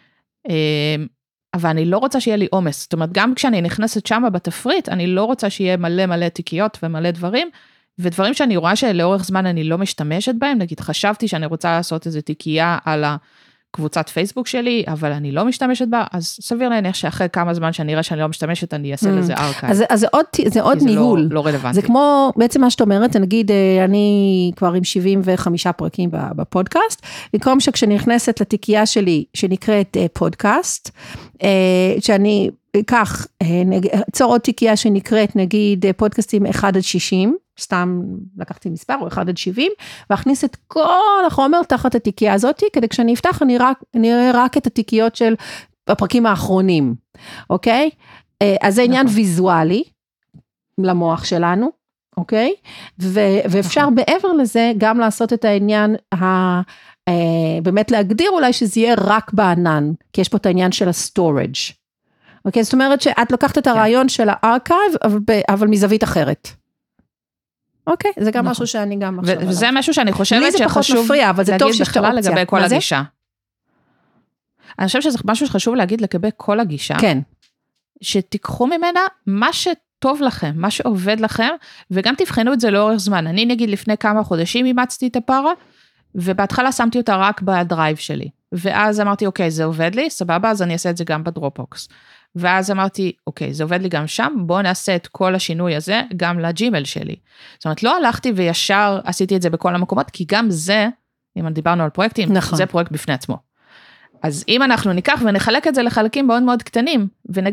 אבל אני לא רוצה שיהיה לי עומס, זאת אומרת, גם כשאני נכנסת שמה בתפריט, אני לא רוצה שיהיה מלא מלא תיקיות ומלא דברים, ודברים שאני רואה שלאורך זמן אני לא משתמשת בהם, נגיד חשבתי שאני רוצה לעשות איזו תיקייה על הקבוצת פייסבוק שלי, אבל אני לא משתמשת בה, אז סביר להניח שאחרי כמה זמן שאני אראה שאני לא משתמשת, אני אעשה לזה ארכייב. אז זה עוד, זה עוד ניהול. זה לא, לא רלוונטי. זה כמו, בעצם מה שאת אומרת, נגיד, אני כבר עם שבעים וחמישה פרקים בפודקאסט, במקום שכשאני נכנסת לתיקייה שלי, שנקראת פודקאסט, שאני כך, צור עוד תיקייה שנקראת, נגיד, פודקאסטים אחד עד שישים, סתם לקחתי מספר, או אחד עד שבעים, והכניס את כל החומר תחת התיקייה הזאת, כדי כשאני אפתח, אני רק, אני אראה רק את התיקיות של הפרקים האחרונים, אוקיי? אז זה עניין ויזואלי, למוח שלנו, אוקיי? ו- ואפשר בעבר לזה, גם לעשות את העניין, ה- באמת להגדיר אולי שזה יהיה רק בענן, כי יש פה את העניין של הסטורג'. אוקיי? זאת אומרת שאת לוקחת את הרעיון של הארכייב, אבל, אבל מזווית אחרת. אוקיי, זה גם משהו שאני גם מחשב עליו. וזה משהו שאני חושבת שחשוב להגיד בכלל לגבי כל הגישה. אני חושבת שזה משהו שחשוב להגיד לגבי כל הגישה. כן. שתיקחו ממנה מה שטוב לכם, מה שעובד לכם, וגם תבחנו את זה לאורך זמן. אני נגיד לפני כמה חודשים אימצתי את הפרה, ובהתחלה שמתי אותה רק בדרייב שלי. ואז אמרתי, אוקיי, זה עובד לי, סבבה, אז אני אעשה את זה גם בדרופבוקס. ואז אמרתי, אוקיי, זה עובד לי גם שם, בואו נעשה את כל השינוי הזה גם לג'ימייל שלי. זאת אומרת, לא הלכתי וישר עשיתי את זה בכל המקומות, כי גם זה, אם דיברנו על פרויקטים, נכון. זה פרויקט בפני עצמו. אז אם אנחנו ניקח ונחלק את זה לחלקים מאוד מאוד קטנים, ונגיד,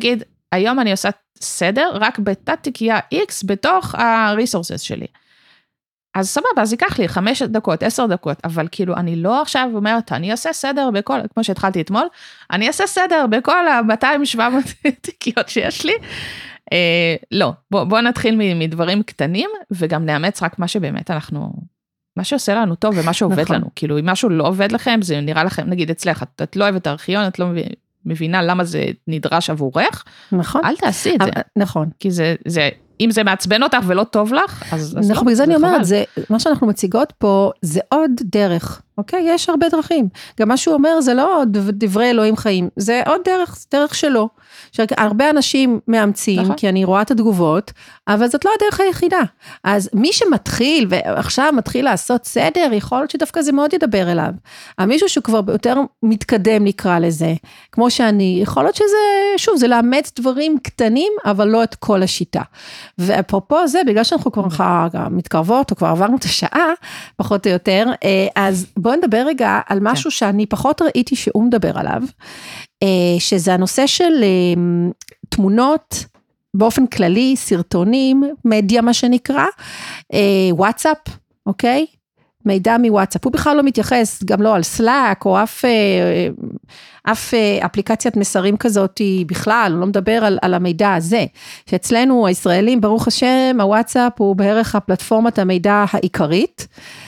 היום אני עושה סדר רק בתת תיקייה X בתוך ה-resources שלי. אז סבבה, אז ייקח לי חמש דקות, עשר דקות, אבל כאילו אני לא עכשיו אומרת, אני אעשה סדר בכל, כמו שהתחלתי אתמול, אני אעשה סדר בכל ה-מאתיים שבע מאות תיקיות שיש לי. אה, לא, בוא, בוא נתחיל מדברים קטנים, וגם נאמץ רק מה שבאמת אנחנו, מה שעושה לנו טוב ומה שעובד נכון. לנו. כאילו, אם משהו לא עובד לכם, זה נראה לכם, נגיד אצלך, את, את לא אוהבת הארכיון, את לא מבינה למה זה נדרש עבורך, נכון. אל תעשי את זה. נכון. כי זה, זה, אם זה מעצבן אותך ולא טוב לך, אז, אז נכון, לא, בגלל זה אני חבל. אומרת, זה, מה שאנחנו מציגות פה, זה עוד דרך, אוקיי? יש הרבה דרכים. גם מה שהוא אומר, זה לא דברי אלוהים חיים, זה עוד דרך, דרך שלו. שהרבה אנשים מאמצים, נכון. כי אני רואה את התגובות, אבל זאת לא הדרך היחידה. אז מי שמתחיל, ועכשיו מתחיל לעשות סדר, יכול להיות שדווקא זה מאוד ידבר אליו. המישהו שכבר יותר מתקדם נקרא לזה, כמו שאני, יכול להיות שזה, שוב, זה לאמץ דברים קטנים, אבל לא את כל השיטה. ואפרופו זה, בגלל שאנחנו כבר מתקרבות, או כבר עברנו את השעה, פחות או יותר, אז בואו נדבר רגע על משהו שאני פחות ראיתי שהוא מדבר עליו, שזה הנושא של תמונות, באופן כללי, סרטונים, מדיה מה שנקרא, וואטסאפ, אוקיי? מידע מוואטסאפ, הוא בכלל לא מתייחס, גם לא על סלאק, או אף, אף אפליקציית מסרים כזאת בכלל, הוא לא מדבר על, על המידע הזה, שאצלנו הישראלים, ברוך השם, הוואטסאפ הוא בערך הפלטפורמת המידע העיקרית,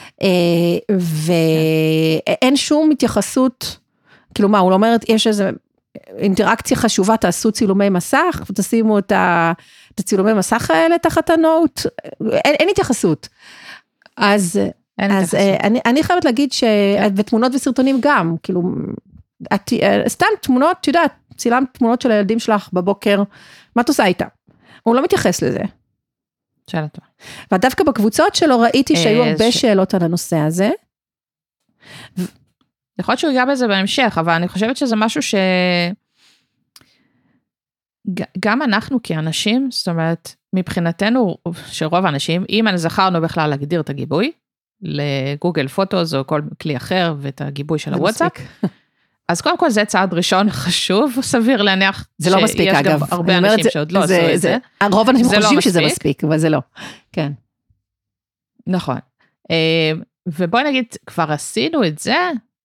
ואין שום התייחסות, כאילו מה, הוא לא אומרת, יש איזו אינטראקציה חשובה, תעשו צילומי מסך, ותשימו את הצילומי מסך האלה תחת הנוט, אין, אין התייחסות. אז, אז אני, אני חייבת להגיד שבתמונות וסרטונים גם, כאילו, את, סתם תמונות, את יודעת, צילמת תמונות של הילדים שלך בבוקר, מה את עושה איתה? הוא לא מתייחס לזה. שאלה טובה. ודווקא בקבוצות שלו ראיתי שהיו הרבה שאלות על הנושא הזה. יכול להיות שהוא ייגע בזה בהמשך, אבל אני חושבת שזה משהו ש... גם אנחנו כאנשים, זאת אומרת, מבחינתנו, שרוב האנשים, אם אני זכרנו בכלל להגדיר את הגיבוי, לגוגל פוטוס או כל כלי אחר, ואת הגיבוי של הוואטסאפ, אז קודם כל זה צעד ראשון חשוב, סביר להניח, זה לא מספיק אגב. יש גם הרבה אנשים שעוד לא עשו את זה. רוב האנשים חושבים שזה מספיק, אבל זה לא. כן. נכון. ובואי נגיד, כבר עשינו את זה,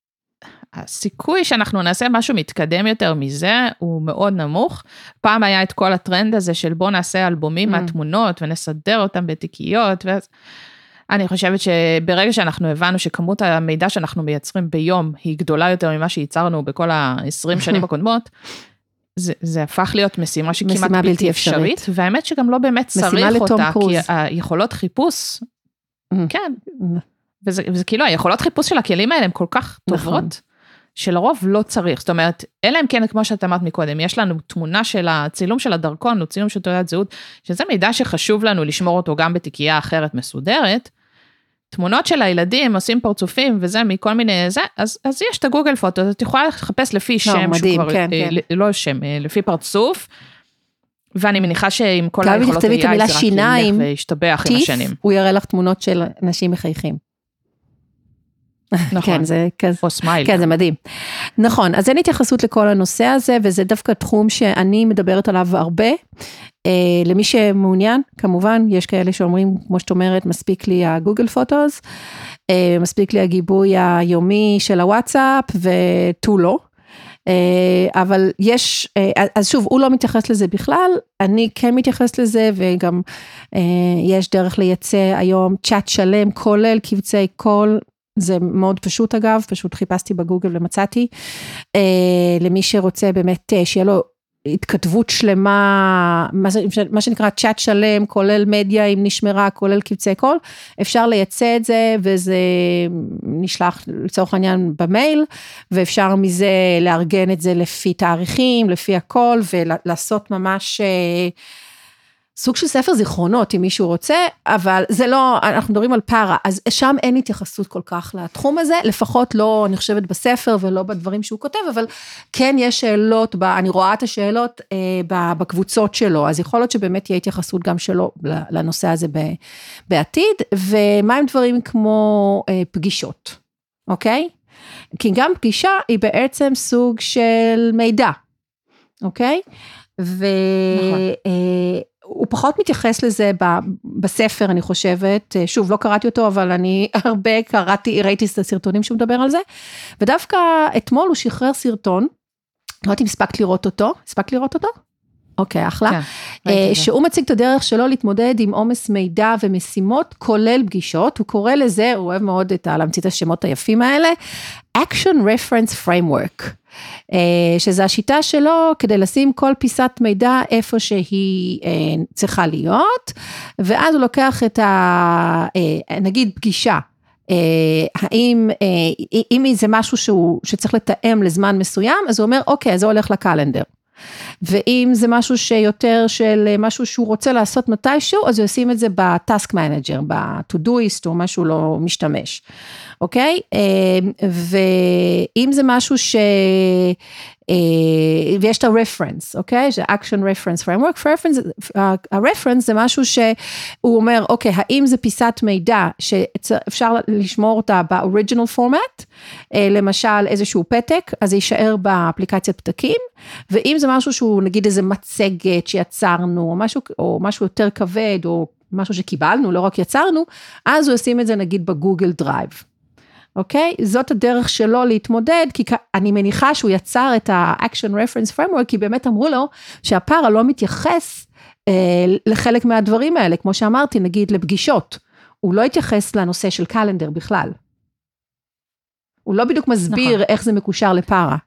הסיכוי שאנחנו נעשה משהו מתקדם יותר מזה, הוא מאוד נמוך. פעם היה את כל הטרנד הזה של בוא נעשה אלבומים מהתמונות, ונסדר אותם בתיקיות, ואז... אני חושבת שברגע שאנחנו הבנו שכמות המידע שאנחנו מייצרים ביום, היא גדולה יותר ממה שייצרנו בכל ה-עשרים שנים הקודמות, זה, זה הפך להיות משימה שכמעט בלתי אפשרית, והאמת שגם לא באמת צריך אותה, כי היכולות חיפוש, כן, וזה, וזה כאילו, היכולות חיפוש של הכלים האלה, הן כל כך טובות, שלרוב לא צריך, זאת אומרת, אלה הם כן, כמו שאת אמרת מקודם, יש לנו תמונה של הצילום של הדרכון, או צילום של תעודת זהות, שזה מידע שחשוב לנו לשמור אותו גם בתיקייה אחרת מסודרת, תמונות של הילדים עושים פרצופים, וזה מכל מיני זה, אז, אז יש את הגוגל פוטו, אז את יכולה לחפש לפי שם, מדהים, שכבר, כן, אה, כן. לא שם, אה, לפי פרצוף, ואני מניחה שעם כל היכולות גם אם תכתבי את המילה שיניים, וישתבח עם השנים. הוא יראה לך תמונות של אנשים מחייכים. נכון. כן, זה כזה. או סמייל. כן, זה מדהים. נכון, אז אין התייחסות לכל הנושא הזה, וזה דווקא תחום שאני מדברת עליו הרבה. למי שמעוניין, כמובן, יש כאלה שאומרים, כמו שאת אומרת, מספיק לי הגוגל פוטוס, מספיק לי הגיבוי היומי של הוואטסאפ, ותו לא. אבל יש, אז שוב, הוא לא מתייחס לזה בכלל, אני כן מתייחס לזה, וגם יש דרך לייצא היום צ'אט שלם, כולל קבצי קול, זה מאוד פשוט אגב, פשוט חיפשתי בגוגל ומצאתי, למי שרוצה באמת שיהיה לו התכתבות שלמה, מה שנקרא צ'אט שלם, כולל מדיה עם נשמרה, כולל קבצי קול, אפשר לייצא את זה, וזה נשלח לצורך העניין במייל, ואפשר מזה לארגן את זה לפי תאריכים, לפי הכל, ולעשות ממש... סוג של ספר זיכרונות, אם מישהו רוצה, אבל זה לא, אנחנו מדברים על פארה, אז שם אין התייחסות כל כך לתחום הזה, לפחות לא, אני חושבת בספר, ולא בדברים שהוא כותב, אבל כן יש שאלות, אני רואה את השאלות אה, בקבוצות שלו, אז יכול להיות שבאמת תהיה התייחסות גם שלו, לנושא הזה ב, בעתיד, ומה הם דברים כמו אה, פגישות, אוקיי? כי גם פגישה היא בעצם סוג של מידע, אוקיי? והוא פחות מתייחס לזה בספר, אני חושבת, שוב, לא קראתי אותו, אבל אני הרבה קראתי, ראיתי את הסרטונים שהוא מדבר על זה, ודווקא אתמול הוא שחרר סרטון, לא יודעת אם הספקת לראות אותו, הספקת לראות אותו? אוקיי, אחלה. כן, שהוא מציג את הדרך שלו להתמודד עם עומס מידע ומשימות, כולל פגישות, הוא קורא לזה, הוא אוהב מאוד את להמציא את השמות היפים האלה, Action Reference Framework, שזה השיטה שלו כדי לשים כל פיסת מידע איפה שהיא צריכה להיות, ואז הוא לוקח את ה... נגיד פגישה, האם, אם זה משהו שהוא, שצריך לתאם לזמן מסוים, אז הוא אומר, אוקיי, אז זה הולך לקלנדר. ואם זה משהו שיותר של משהו שהוא רוצה לעשות מתישהו, אז הוא ישים את זה בטאסק מנג'ר, בטודויסט או משהו לא משתמש, אוקיי? ואם זה משהו ש... ויש את ה-reference, אוקיי? זה action reference framework, ה-reference זה משהו שהוא אומר, אוקיי, האם זה פיסת מידע שאפשר לשמור אותה ב-original format, למשל איזשהו פתק, אז זה יישאר באפליקציית פתקים, ואם זה משהו שהוא נגיד איזה מצגת שיצרנו, או משהו, או משהו יותר כבד, או משהו שקיבלנו, לא רק יצרנו, אז הוא ישים את זה נגיד בגוגל דרייב. אוקיי? זאת הדרך שלו להתמודד, כי אני מניחה שהוא יצר את ה-Action Reference Framework, כי באמת אמרו לו שהפארה לא מתייחס אה, לחלק מהדברים האלה, כמו שאמרתי, נגיד לפגישות, הוא לא התייחס לנושא של קלנדר בכלל. הוא לא בדיוק מסביר נכון. איך זה מקושר לפארה.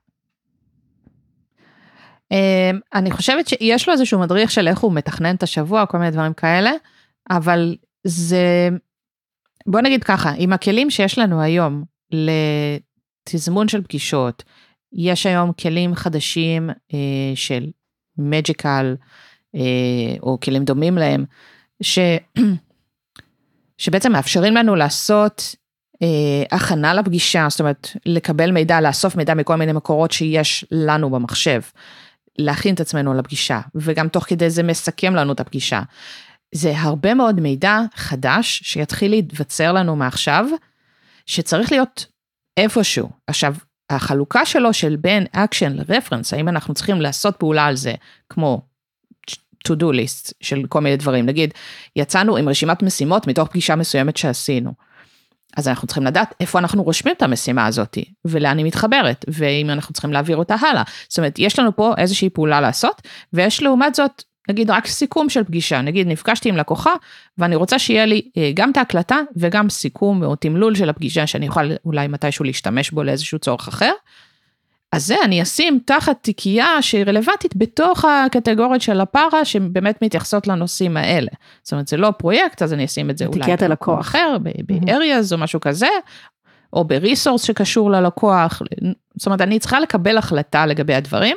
אני חושבת שיש לו איזשהו מדריך של איך הוא מתכנן את השבוע, כל מיני דברים כאלה, אבל זה... בוא נגיד ככה, עם הכלים שיש לנו היום לתזמון של פגישות, יש היום כלים חדשים אה, של מג'יקל, אה, או כלים דומים להם, ש, שבעצם מאפשרים לנו לעשות אה, הכנה לפגישה, זאת אומרת, לקבל מידע, לאסוף מידע מכל מיני מקורות שיש לנו במחשב, להכין את עצמנו לפגישה, וגם תוך כדי זה מסכם לנו את הפגישה. זה הרבה מאוד מידע חדש, שיתחיל להתווצר לנו מעכשיו, שצריך להיות איפשהו. עכשיו, החלוקה שלו של בין אקשן לרפרנס, האם אנחנו צריכים לעשות פעולה על זה, כמו to do list של כל מיני דברים, נגיד, יצאנו עם רשימת משימות מתוך פגישה מסוימת שעשינו, אז אנחנו צריכים לדעת איפה אנחנו רושמים את המשימה הזאת, ולאן היא מתחברת, ואם אנחנו צריכים להעביר אותה הלאה. זאת אומרת, יש לנו פה איזושהי פעולה לעשות, ויש לעומת זאת, נגיד רק סיכום של פגישה, נגיד נפגשתי עם לקוחה, ואני רוצה שיהיה לי גם את ההקלטה, וגם סיכום או תמלול של הפגישה, שאני אוכל אולי מתישהו להשתמש בו לאיזשהו צורך אחר, אז זה אני אשים תחת תיקייה שהיא רלוונטית, בתוך הקטגוריות של הפארה, שבאמת מתייחסות לנושאים האלה. זאת אומרת, זה לא פרויקט, אז אני אשים את זה אולי במקום אחר, ב-areas או משהו כזה, או ב-resource שקשור ללקוח, זאת אומרת, אני צריכה לקבל החלטה לגבי הדברים,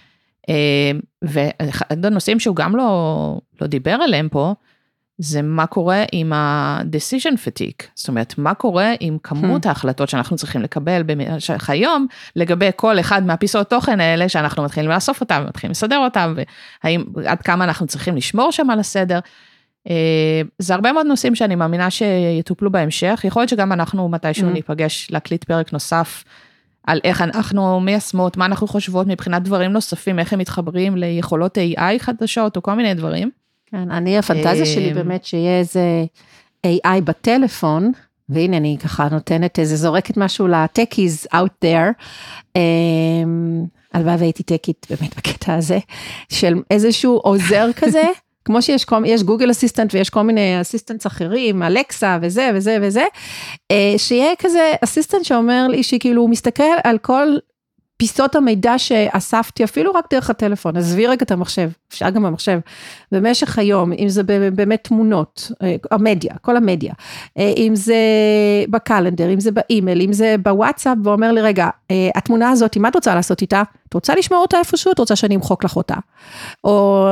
ואחד הנושאים שהוא גם לא, לא דיבר עליהם פה, זה מה קורה עם ה-decision fatigue, זאת אומרת, מה קורה עם כמות ההחלטות שאנחנו צריכים לקבל במשך היום, לגבי כל אחד מהפיסות תוכן האלה, שאנחנו מתחילים לאסוף אותם, מתחילים לסדר אותם, והאם, עד כמה אנחנו צריכים לשמור שם על הסדר, זה הרבה מאוד נושאים שאני מאמינה שיטופלו בהמשך, יכול להיות שגם אנחנו מתישהו ניפגש להקליט פרק נוסף, על איך אנחנו מיישמות, מה אנחנו חושבות מבחינת דברים נוספים, איך הם מתחברים ליכולות איי איי חדשות, או כל מיני דברים. כן, אני, הפנטזיה שלי באמת שיהיה איזה איי איי בטלפון, והנה אני ככה נותנת איזה, זורקת משהו לטקיז out there, הלוואי והייתי טקית באמת בקטע הזה, של איזשהו עוזר כזה, כמו שיש יש גוגל אסיסטנט ויש כל מיני אסיסטנטס אחרים, אלקסה וזה וזה וזה, שיהיה כזה אסיסטנט שאומר לי שכאילו הוא מסתכל על כל פיסות המידע שאספתי, אפילו רק דרך הטלפון, עזבי רגע את המחשב, אפשר גם במחשב, במשך היום, אם זה באמת תמונות, המדיה, כל המדיה, אם זה בקלנדר, אם זה באימייל, אם זה בוואטסאפ, ואומר לי, רגע, התמונה הזאת, מה את רוצה לעשות איתה? את רוצה לשמור אותה איפשהו? את רוצה שאני אמחוק לך אותה? או,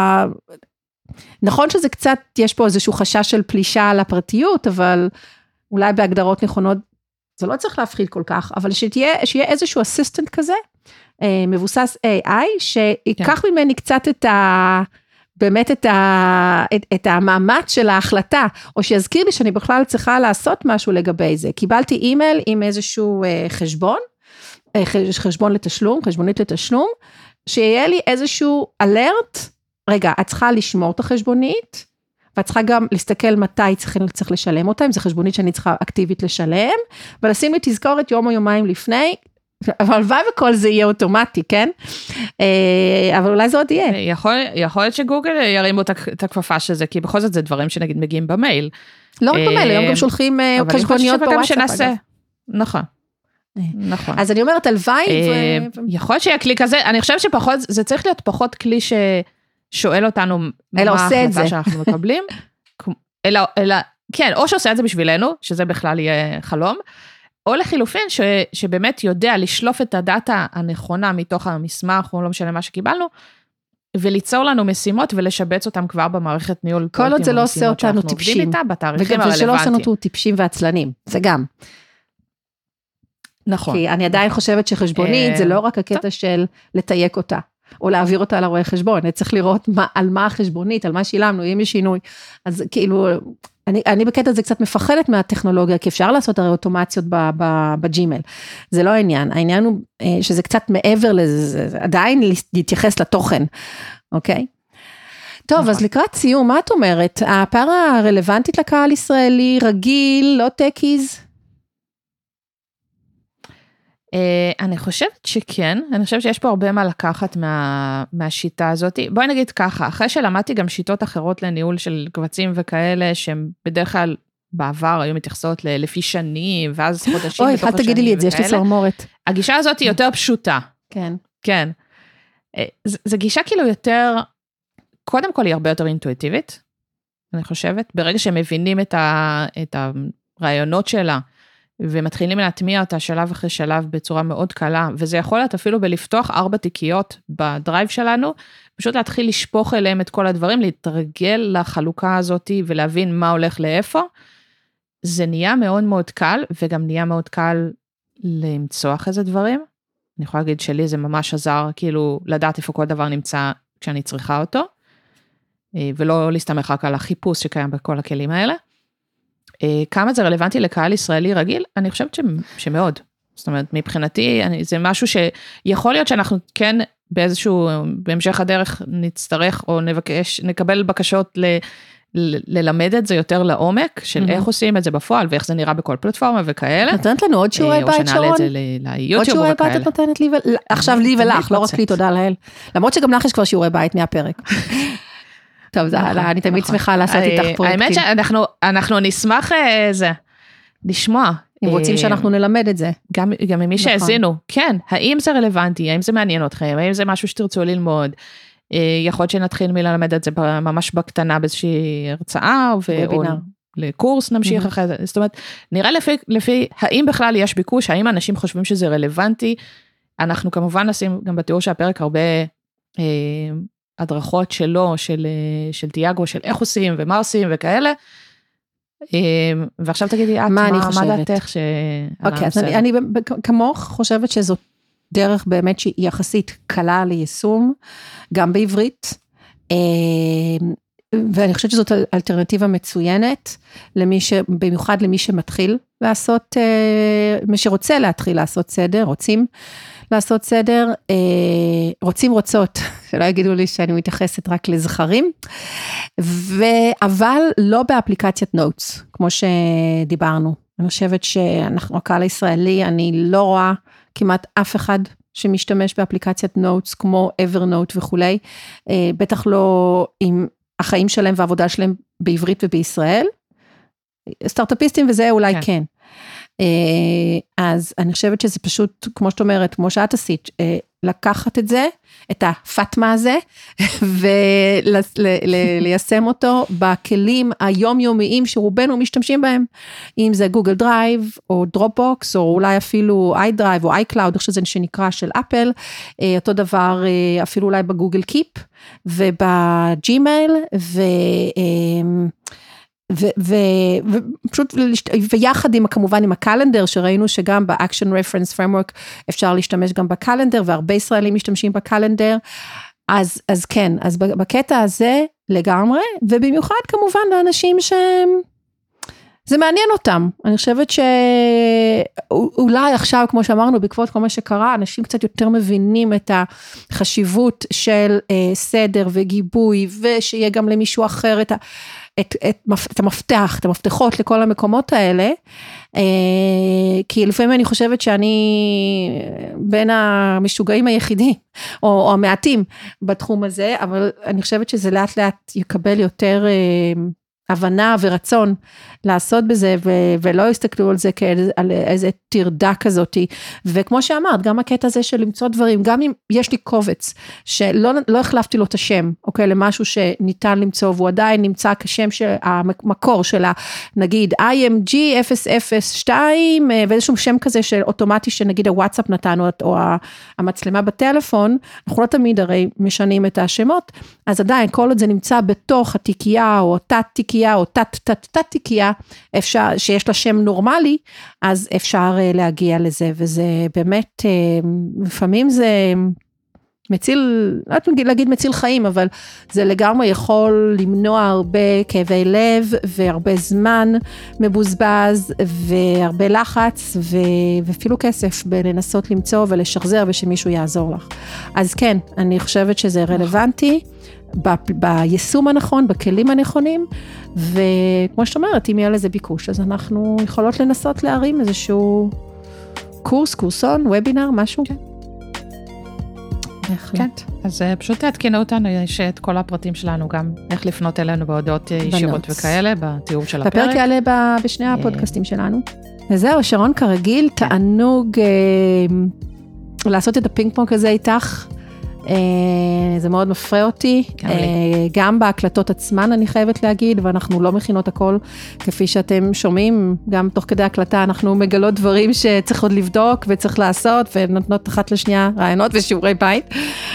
נכון שזה קצת, יש פה איזשהו חשש של פלישה על הפרטיות, אבל אולי בהגדרות נכונות, זה לא צריך להפחיד כל כך, אבל שתהיה, שיהיה איזשהו אסיסטנט כזה, מבוסס איי איי, שיקח כן. ממני קצת את ה... באמת את, ה, את, את המאמץ של ההחלטה, או שיזכיר לי שאני בכלל צריכה לעשות משהו לגבי זה. קיבלתי אימייל עם איזשהו חשבון, חשבון לתשלום, חשבונית לתשלום, שיהיה לי איזשהו אלרט, רגע, את צריכה לשמור את החשבונית, ואת צריכה גם להסתכל מתי צריך, צריך לשלם אותה, אם זה חשבונית שאני צריכה אקטיבית לשלם, ולשים לי תזכורת יום או יומיים לפני, אבל הלוואי וכל זה יהיה אוטומטי, כן? אבל אולי זה עוד יהיה. יכול, יכול להיות שגוגל ירימו את הכפפה של זה, כי בכל זאת זה דברים שנגיד מגיעים במייל. לא רק במייל, היום גם שולחים חשבוניות בוואטסאפ. נכון. נכון. אז אני אומרת, הלוואי. יכול להיות שיהיה כלי כזה, אני חושבת שפחות, זה צריך להיות פחות כלי ששואל אותנו מה ההחלטה שאנחנו מקבלים, אלא, כן, או שעושה את זה בשבילנו, שזה בכלל יהיה חלום, או לחילופין, ש, שבאמת יודע לשלוף את הדאטה הנכונה מתוך המסמך, או לא משנה מה שקיבלנו, וליצור לנו משימות ולשבץ אותם כבר במערכת ניהול. כל עוד זה לא עושה אותנו טיפשים. ושלא עושה אותנו טיפשים ועצלנים, זה גם. נכון. כי אני עדיין חושבת שחשבונית, זה לא רק הקטע של לתייק אותה, או להעביר אותה לרואה חשבון, אני צריך לראות על מה החשבונית, על מה שילמנו, אם יש שינוי. אז כאילו, אני, אני בקטע הזה קצת מפחדת מהטכנולוגיה, כי אפשר לעשות הרי אוטומציות בג'ימייל. זה לא העניין. העניין הוא שזה קצת מעבר לזה, עדיין להתייחס לתוכן. אוקיי? טוב, אז לקראת סיום, מה את אומרת? הפערה הרלוונטית לקהל ישראלי, רגיל, לא טקיז? אני חושבת שכן, אני חושבת שיש פה הרבה מה לקחת מה, מהשיטה הזאת. בואי נגיד ככה, אחרי שלמדתי גם שיטות אחרות לניהול של קבצים וכאלה, שהן בדרך כלל בעבר היו מתייחסות לפי שנים, ואז חודשים אוי, אל תגידי לי את זה, יש לי צמרמורת. הגישה הזאת היא יותר פשוטה. כן. כן. זו גישה כאילו יותר, קודם כל היא הרבה יותר אינטואיטיבית, אני חושבת, ברגע שהם מבינים את, ה, את הרעיונות שלה, ומתחילים להטמיע אותה שלב אחרי שלב בצורה מאוד קלה, וזה יכול להיות אפילו בלפתוח ארבע תיקיות בדרייב שלנו, פשוט להתחיל לשפוך אליהם את כל הדברים, להתרגל לחלוקה הזאת ולהבין מה הולך לאיפה, זה נהיה מאוד מאוד קל, וגם נהיה מאוד קל למצוח איזה דברים, אני יכולה להגיד שלי זה ממש עזר, כאילו לדעת איפה כל דבר נמצא כשאני צריכה אותו, ולא להסתמך רק על החיפוש שקיים בכל הכלים האלה, כמה זה רלוונטי לקהל ישראלי רגיל? אני חושבת ש... שמאוד. זאת אומרת, מבחינתי, אני, זה משהו שיכול להיות שאנחנו כן באיזשהו, בהמשך הדרך נצטרך או נבקש, נקבל בקשות ל... ל... ללמד את זה יותר לעומק, של mm-hmm. איך עושים את זה בפועל, ואיך זה נראה בכל פלטפורמה וכאלה. נתנת לנו עוד שיעורי בית, שרון? או שנעלה את זה ליוטיוב וכאלה. עוד שיעורי בית את נותנת לי, ו... עכשיו לי ולך, לא רק לי, תודה לאל. למרות שגם לך יש כבר שיעורי בית מהפרק. טוב, אני תמיד שמחה לעשות איתך פרויקטים. האמת שאנחנו נשמח זה, לשמוע. אם רוצים שאנחנו נלמד את זה. גם ממי שהזינו, כן, האם זה רלוונטי, האם זה מעניין אתכם, האם זה משהו שתרצו ללמוד, יכול להיות שנתחיל מללמד את זה ממש בקטנה באיזושהי הרצאה, או לקורס נמשיך אחרי זה, זאת אומרת, נראה לפי, האם בכלל יש ביקוש, האם אנשים חושבים שזה רלוונטי, אנחנו כמובן נשים גם בתיאור של הפרק הרבה הדרכות שלו, של, של תיאגו, של איך עושים ומה עושים וכאלה, ועכשיו תגידי, את, מה, מה, מה דעתך ש... אוקיי, אז אני, אני כמוך חושבת שזאת דרך באמת שהיא יחסית קלה ליישום, גם בעברית, ואני חושבת שזאת אלטרנטיבה מצוינת, למי ש, במיוחד למי שמתחיל לעשות, מי שרוצה להתחיל לעשות סדר, רוצים לעשות סדר, רוצים רוצות, שלא יגידו לי שאני מתייחסת רק לזכרים, אבל לא באפליקציית נוטס, כמו שדיברנו. אני חושבת שאנחנו, הקהל הישראלי, אני לא רואה כמעט אף אחד שמשתמש באפליקציית נוטס, כמו Evernote וכולי, בטח לא עם החיים שלהם והעבודה שלהם בעברית ובישראל, סטארט-אפיסטים וזה אולי כן. כן. אז אני חושבת שזה פשוט, כמו שאת אומרת, כמו שאת עשית, לקחת את זה, את הפטמה הזה, וליישם אותו בכלים היומיומיים שרובנו משתמשים בהם, אם זה גוגל דרייב, או דרופבוקס, או אולי אפילו iDrive, או iCloud, איך שזה שנקרא של אפל, אותו דבר אפילו אולי בגוגל קיפ, ובג'ימייל, ו... ופשוט, ויחד עם, כמובן עם הקלנדר, שראינו שגם ב-Action Reference Framework אפשר להשתמש גם בקלנדר, והרבה ישראלים משתמשים בקלנדר, אז, אז כן, אז בקטע הזה לגמרי, ובמיוחד כמובן לאנשים שהם, זה מעניין אותם, אני חושבת שאולי עכשיו, כמו שאמרנו, בעקבות כל מה שקרה, אנשים קצת יותר מבינים את החשיבות של אה, סדר וגיבוי, ושיהיה גם למישהו אחר את, ה, את, את, את המפתח, את המפתחות לכל המקומות האלה, אה, כי לפעמים אני חושבת שאני בין המשוגעים היחידי, או, או המעטים בתחום הזה, אבל אני חושבת שזה לאט לאט יקבל יותר אה, הבנה ורצון לעשות בזה, ו- ולא יסתכלו על זה כאל על איזה תרדה כזאת, וכמו שאמרת, גם הקטע הזה של למצוא דברים, גם אם יש לי קובץ, שלא לא החלפתי לו את השם, אוקיי, למשהו שניתן למצוא, והוא עדיין נמצא כשם של המקור שלה, נגיד איי אם ג'י אפס אפס שתיים, ואיזשהו שם כזה של אוטומטי, שנגיד הוואטסאפ נתנו, או המצלמה בטלפון, אנחנו לא תמיד הרי משנים את השמות, אז עדיין כל עוד זה נמצא בתוך התיקייה, או תת תיקייה, או תת תת תת תיקייה, אפשר, שיש לה שם נורמלי, אז אפשר להגיע לזה, וזה באמת, לפעמים זה מציל, לא יודעת להגיד מציל חיים, אבל זה לגמרי יכול למנוע הרבה כאבי לב, והרבה זמן מבוזבז, והרבה לחץ, ואפילו כסף, בלנסות למצוא ולשחזר, ושמישהו יעזור לך. אז כן, אני חושבת שזה רלוונטי, ב- ביישום הנכון, בכלים הנכונים, וכמו שאת אומרת, אם יהיה לזה ביקוש, אז אנחנו יכולות לנסות להרים איזשהו קורס, קורסון, וובינר, משהו. כן. בהחלט. כן, אז פשוט תעדכנו אותנו, יש את כל הפרטים שלנו, גם איך לפנות אלינו בהודעות ישירות וכאלה, בתיאור של הפרק. הפרק יעלה ב- בשני הפודקאסטים שלנו. וזהו, שרון, כרגיל, תענוג אה, לעשות את הפינג פונג הזה איתך, זה מאוד מפריע אותי, גם בהקלטות עצמן אני חייבת להגיד, ואנחנו לא מכינות הכל, כפי שאתם שומעים, גם תוך כדי הקלטה אנחנו מגלות דברים שצריך עוד לבדוק וצריך לעשות, ונותנות אחת לשנייה רעיונות ושיעורי בית,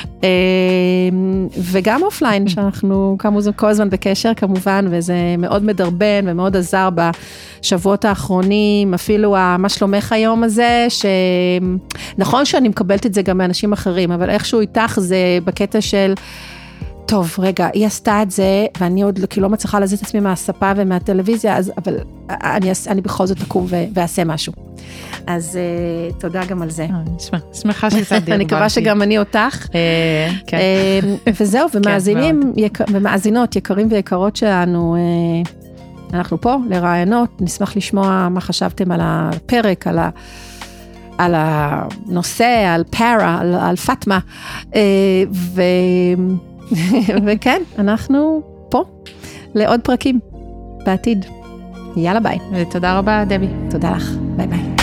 וגם אופליין, שאנחנו כל הזמן בקשר כמובן, וזה מאוד מדרבן ומאוד עזר בשבועות האחרונים, אפילו מה שלומך היום הזה, שנכון שאני מקבלת את זה גם מאנשים אחרים, אבל איכשהו איתך זה בקטע של, טוב, רגע, היא עשתה את זה, ואני עוד כי לא מצליחה לזאת את עצמי מהספה ומהטלוויזיה, אז, אבל אני, אני בכל זאת אקום ואעשה משהו. אז uh, תודה גם על זה. שמחה שקצת דרבנתי. אני מקווה שגם אני אותך. כן. וזהו, ומאזינים ומאזינות, יקרים ויקרות שלנו, אנחנו פה לרעיונות, נשמח לשמוע מה חשבתם על הפרק, על ה... על הנושא, על פארה, על, על פאטמה, ו... וכן, אנחנו פה לעוד פרקים בעתיד. יאללה ביי. ותודה רבה דבי. תודה לך, ביי ביי.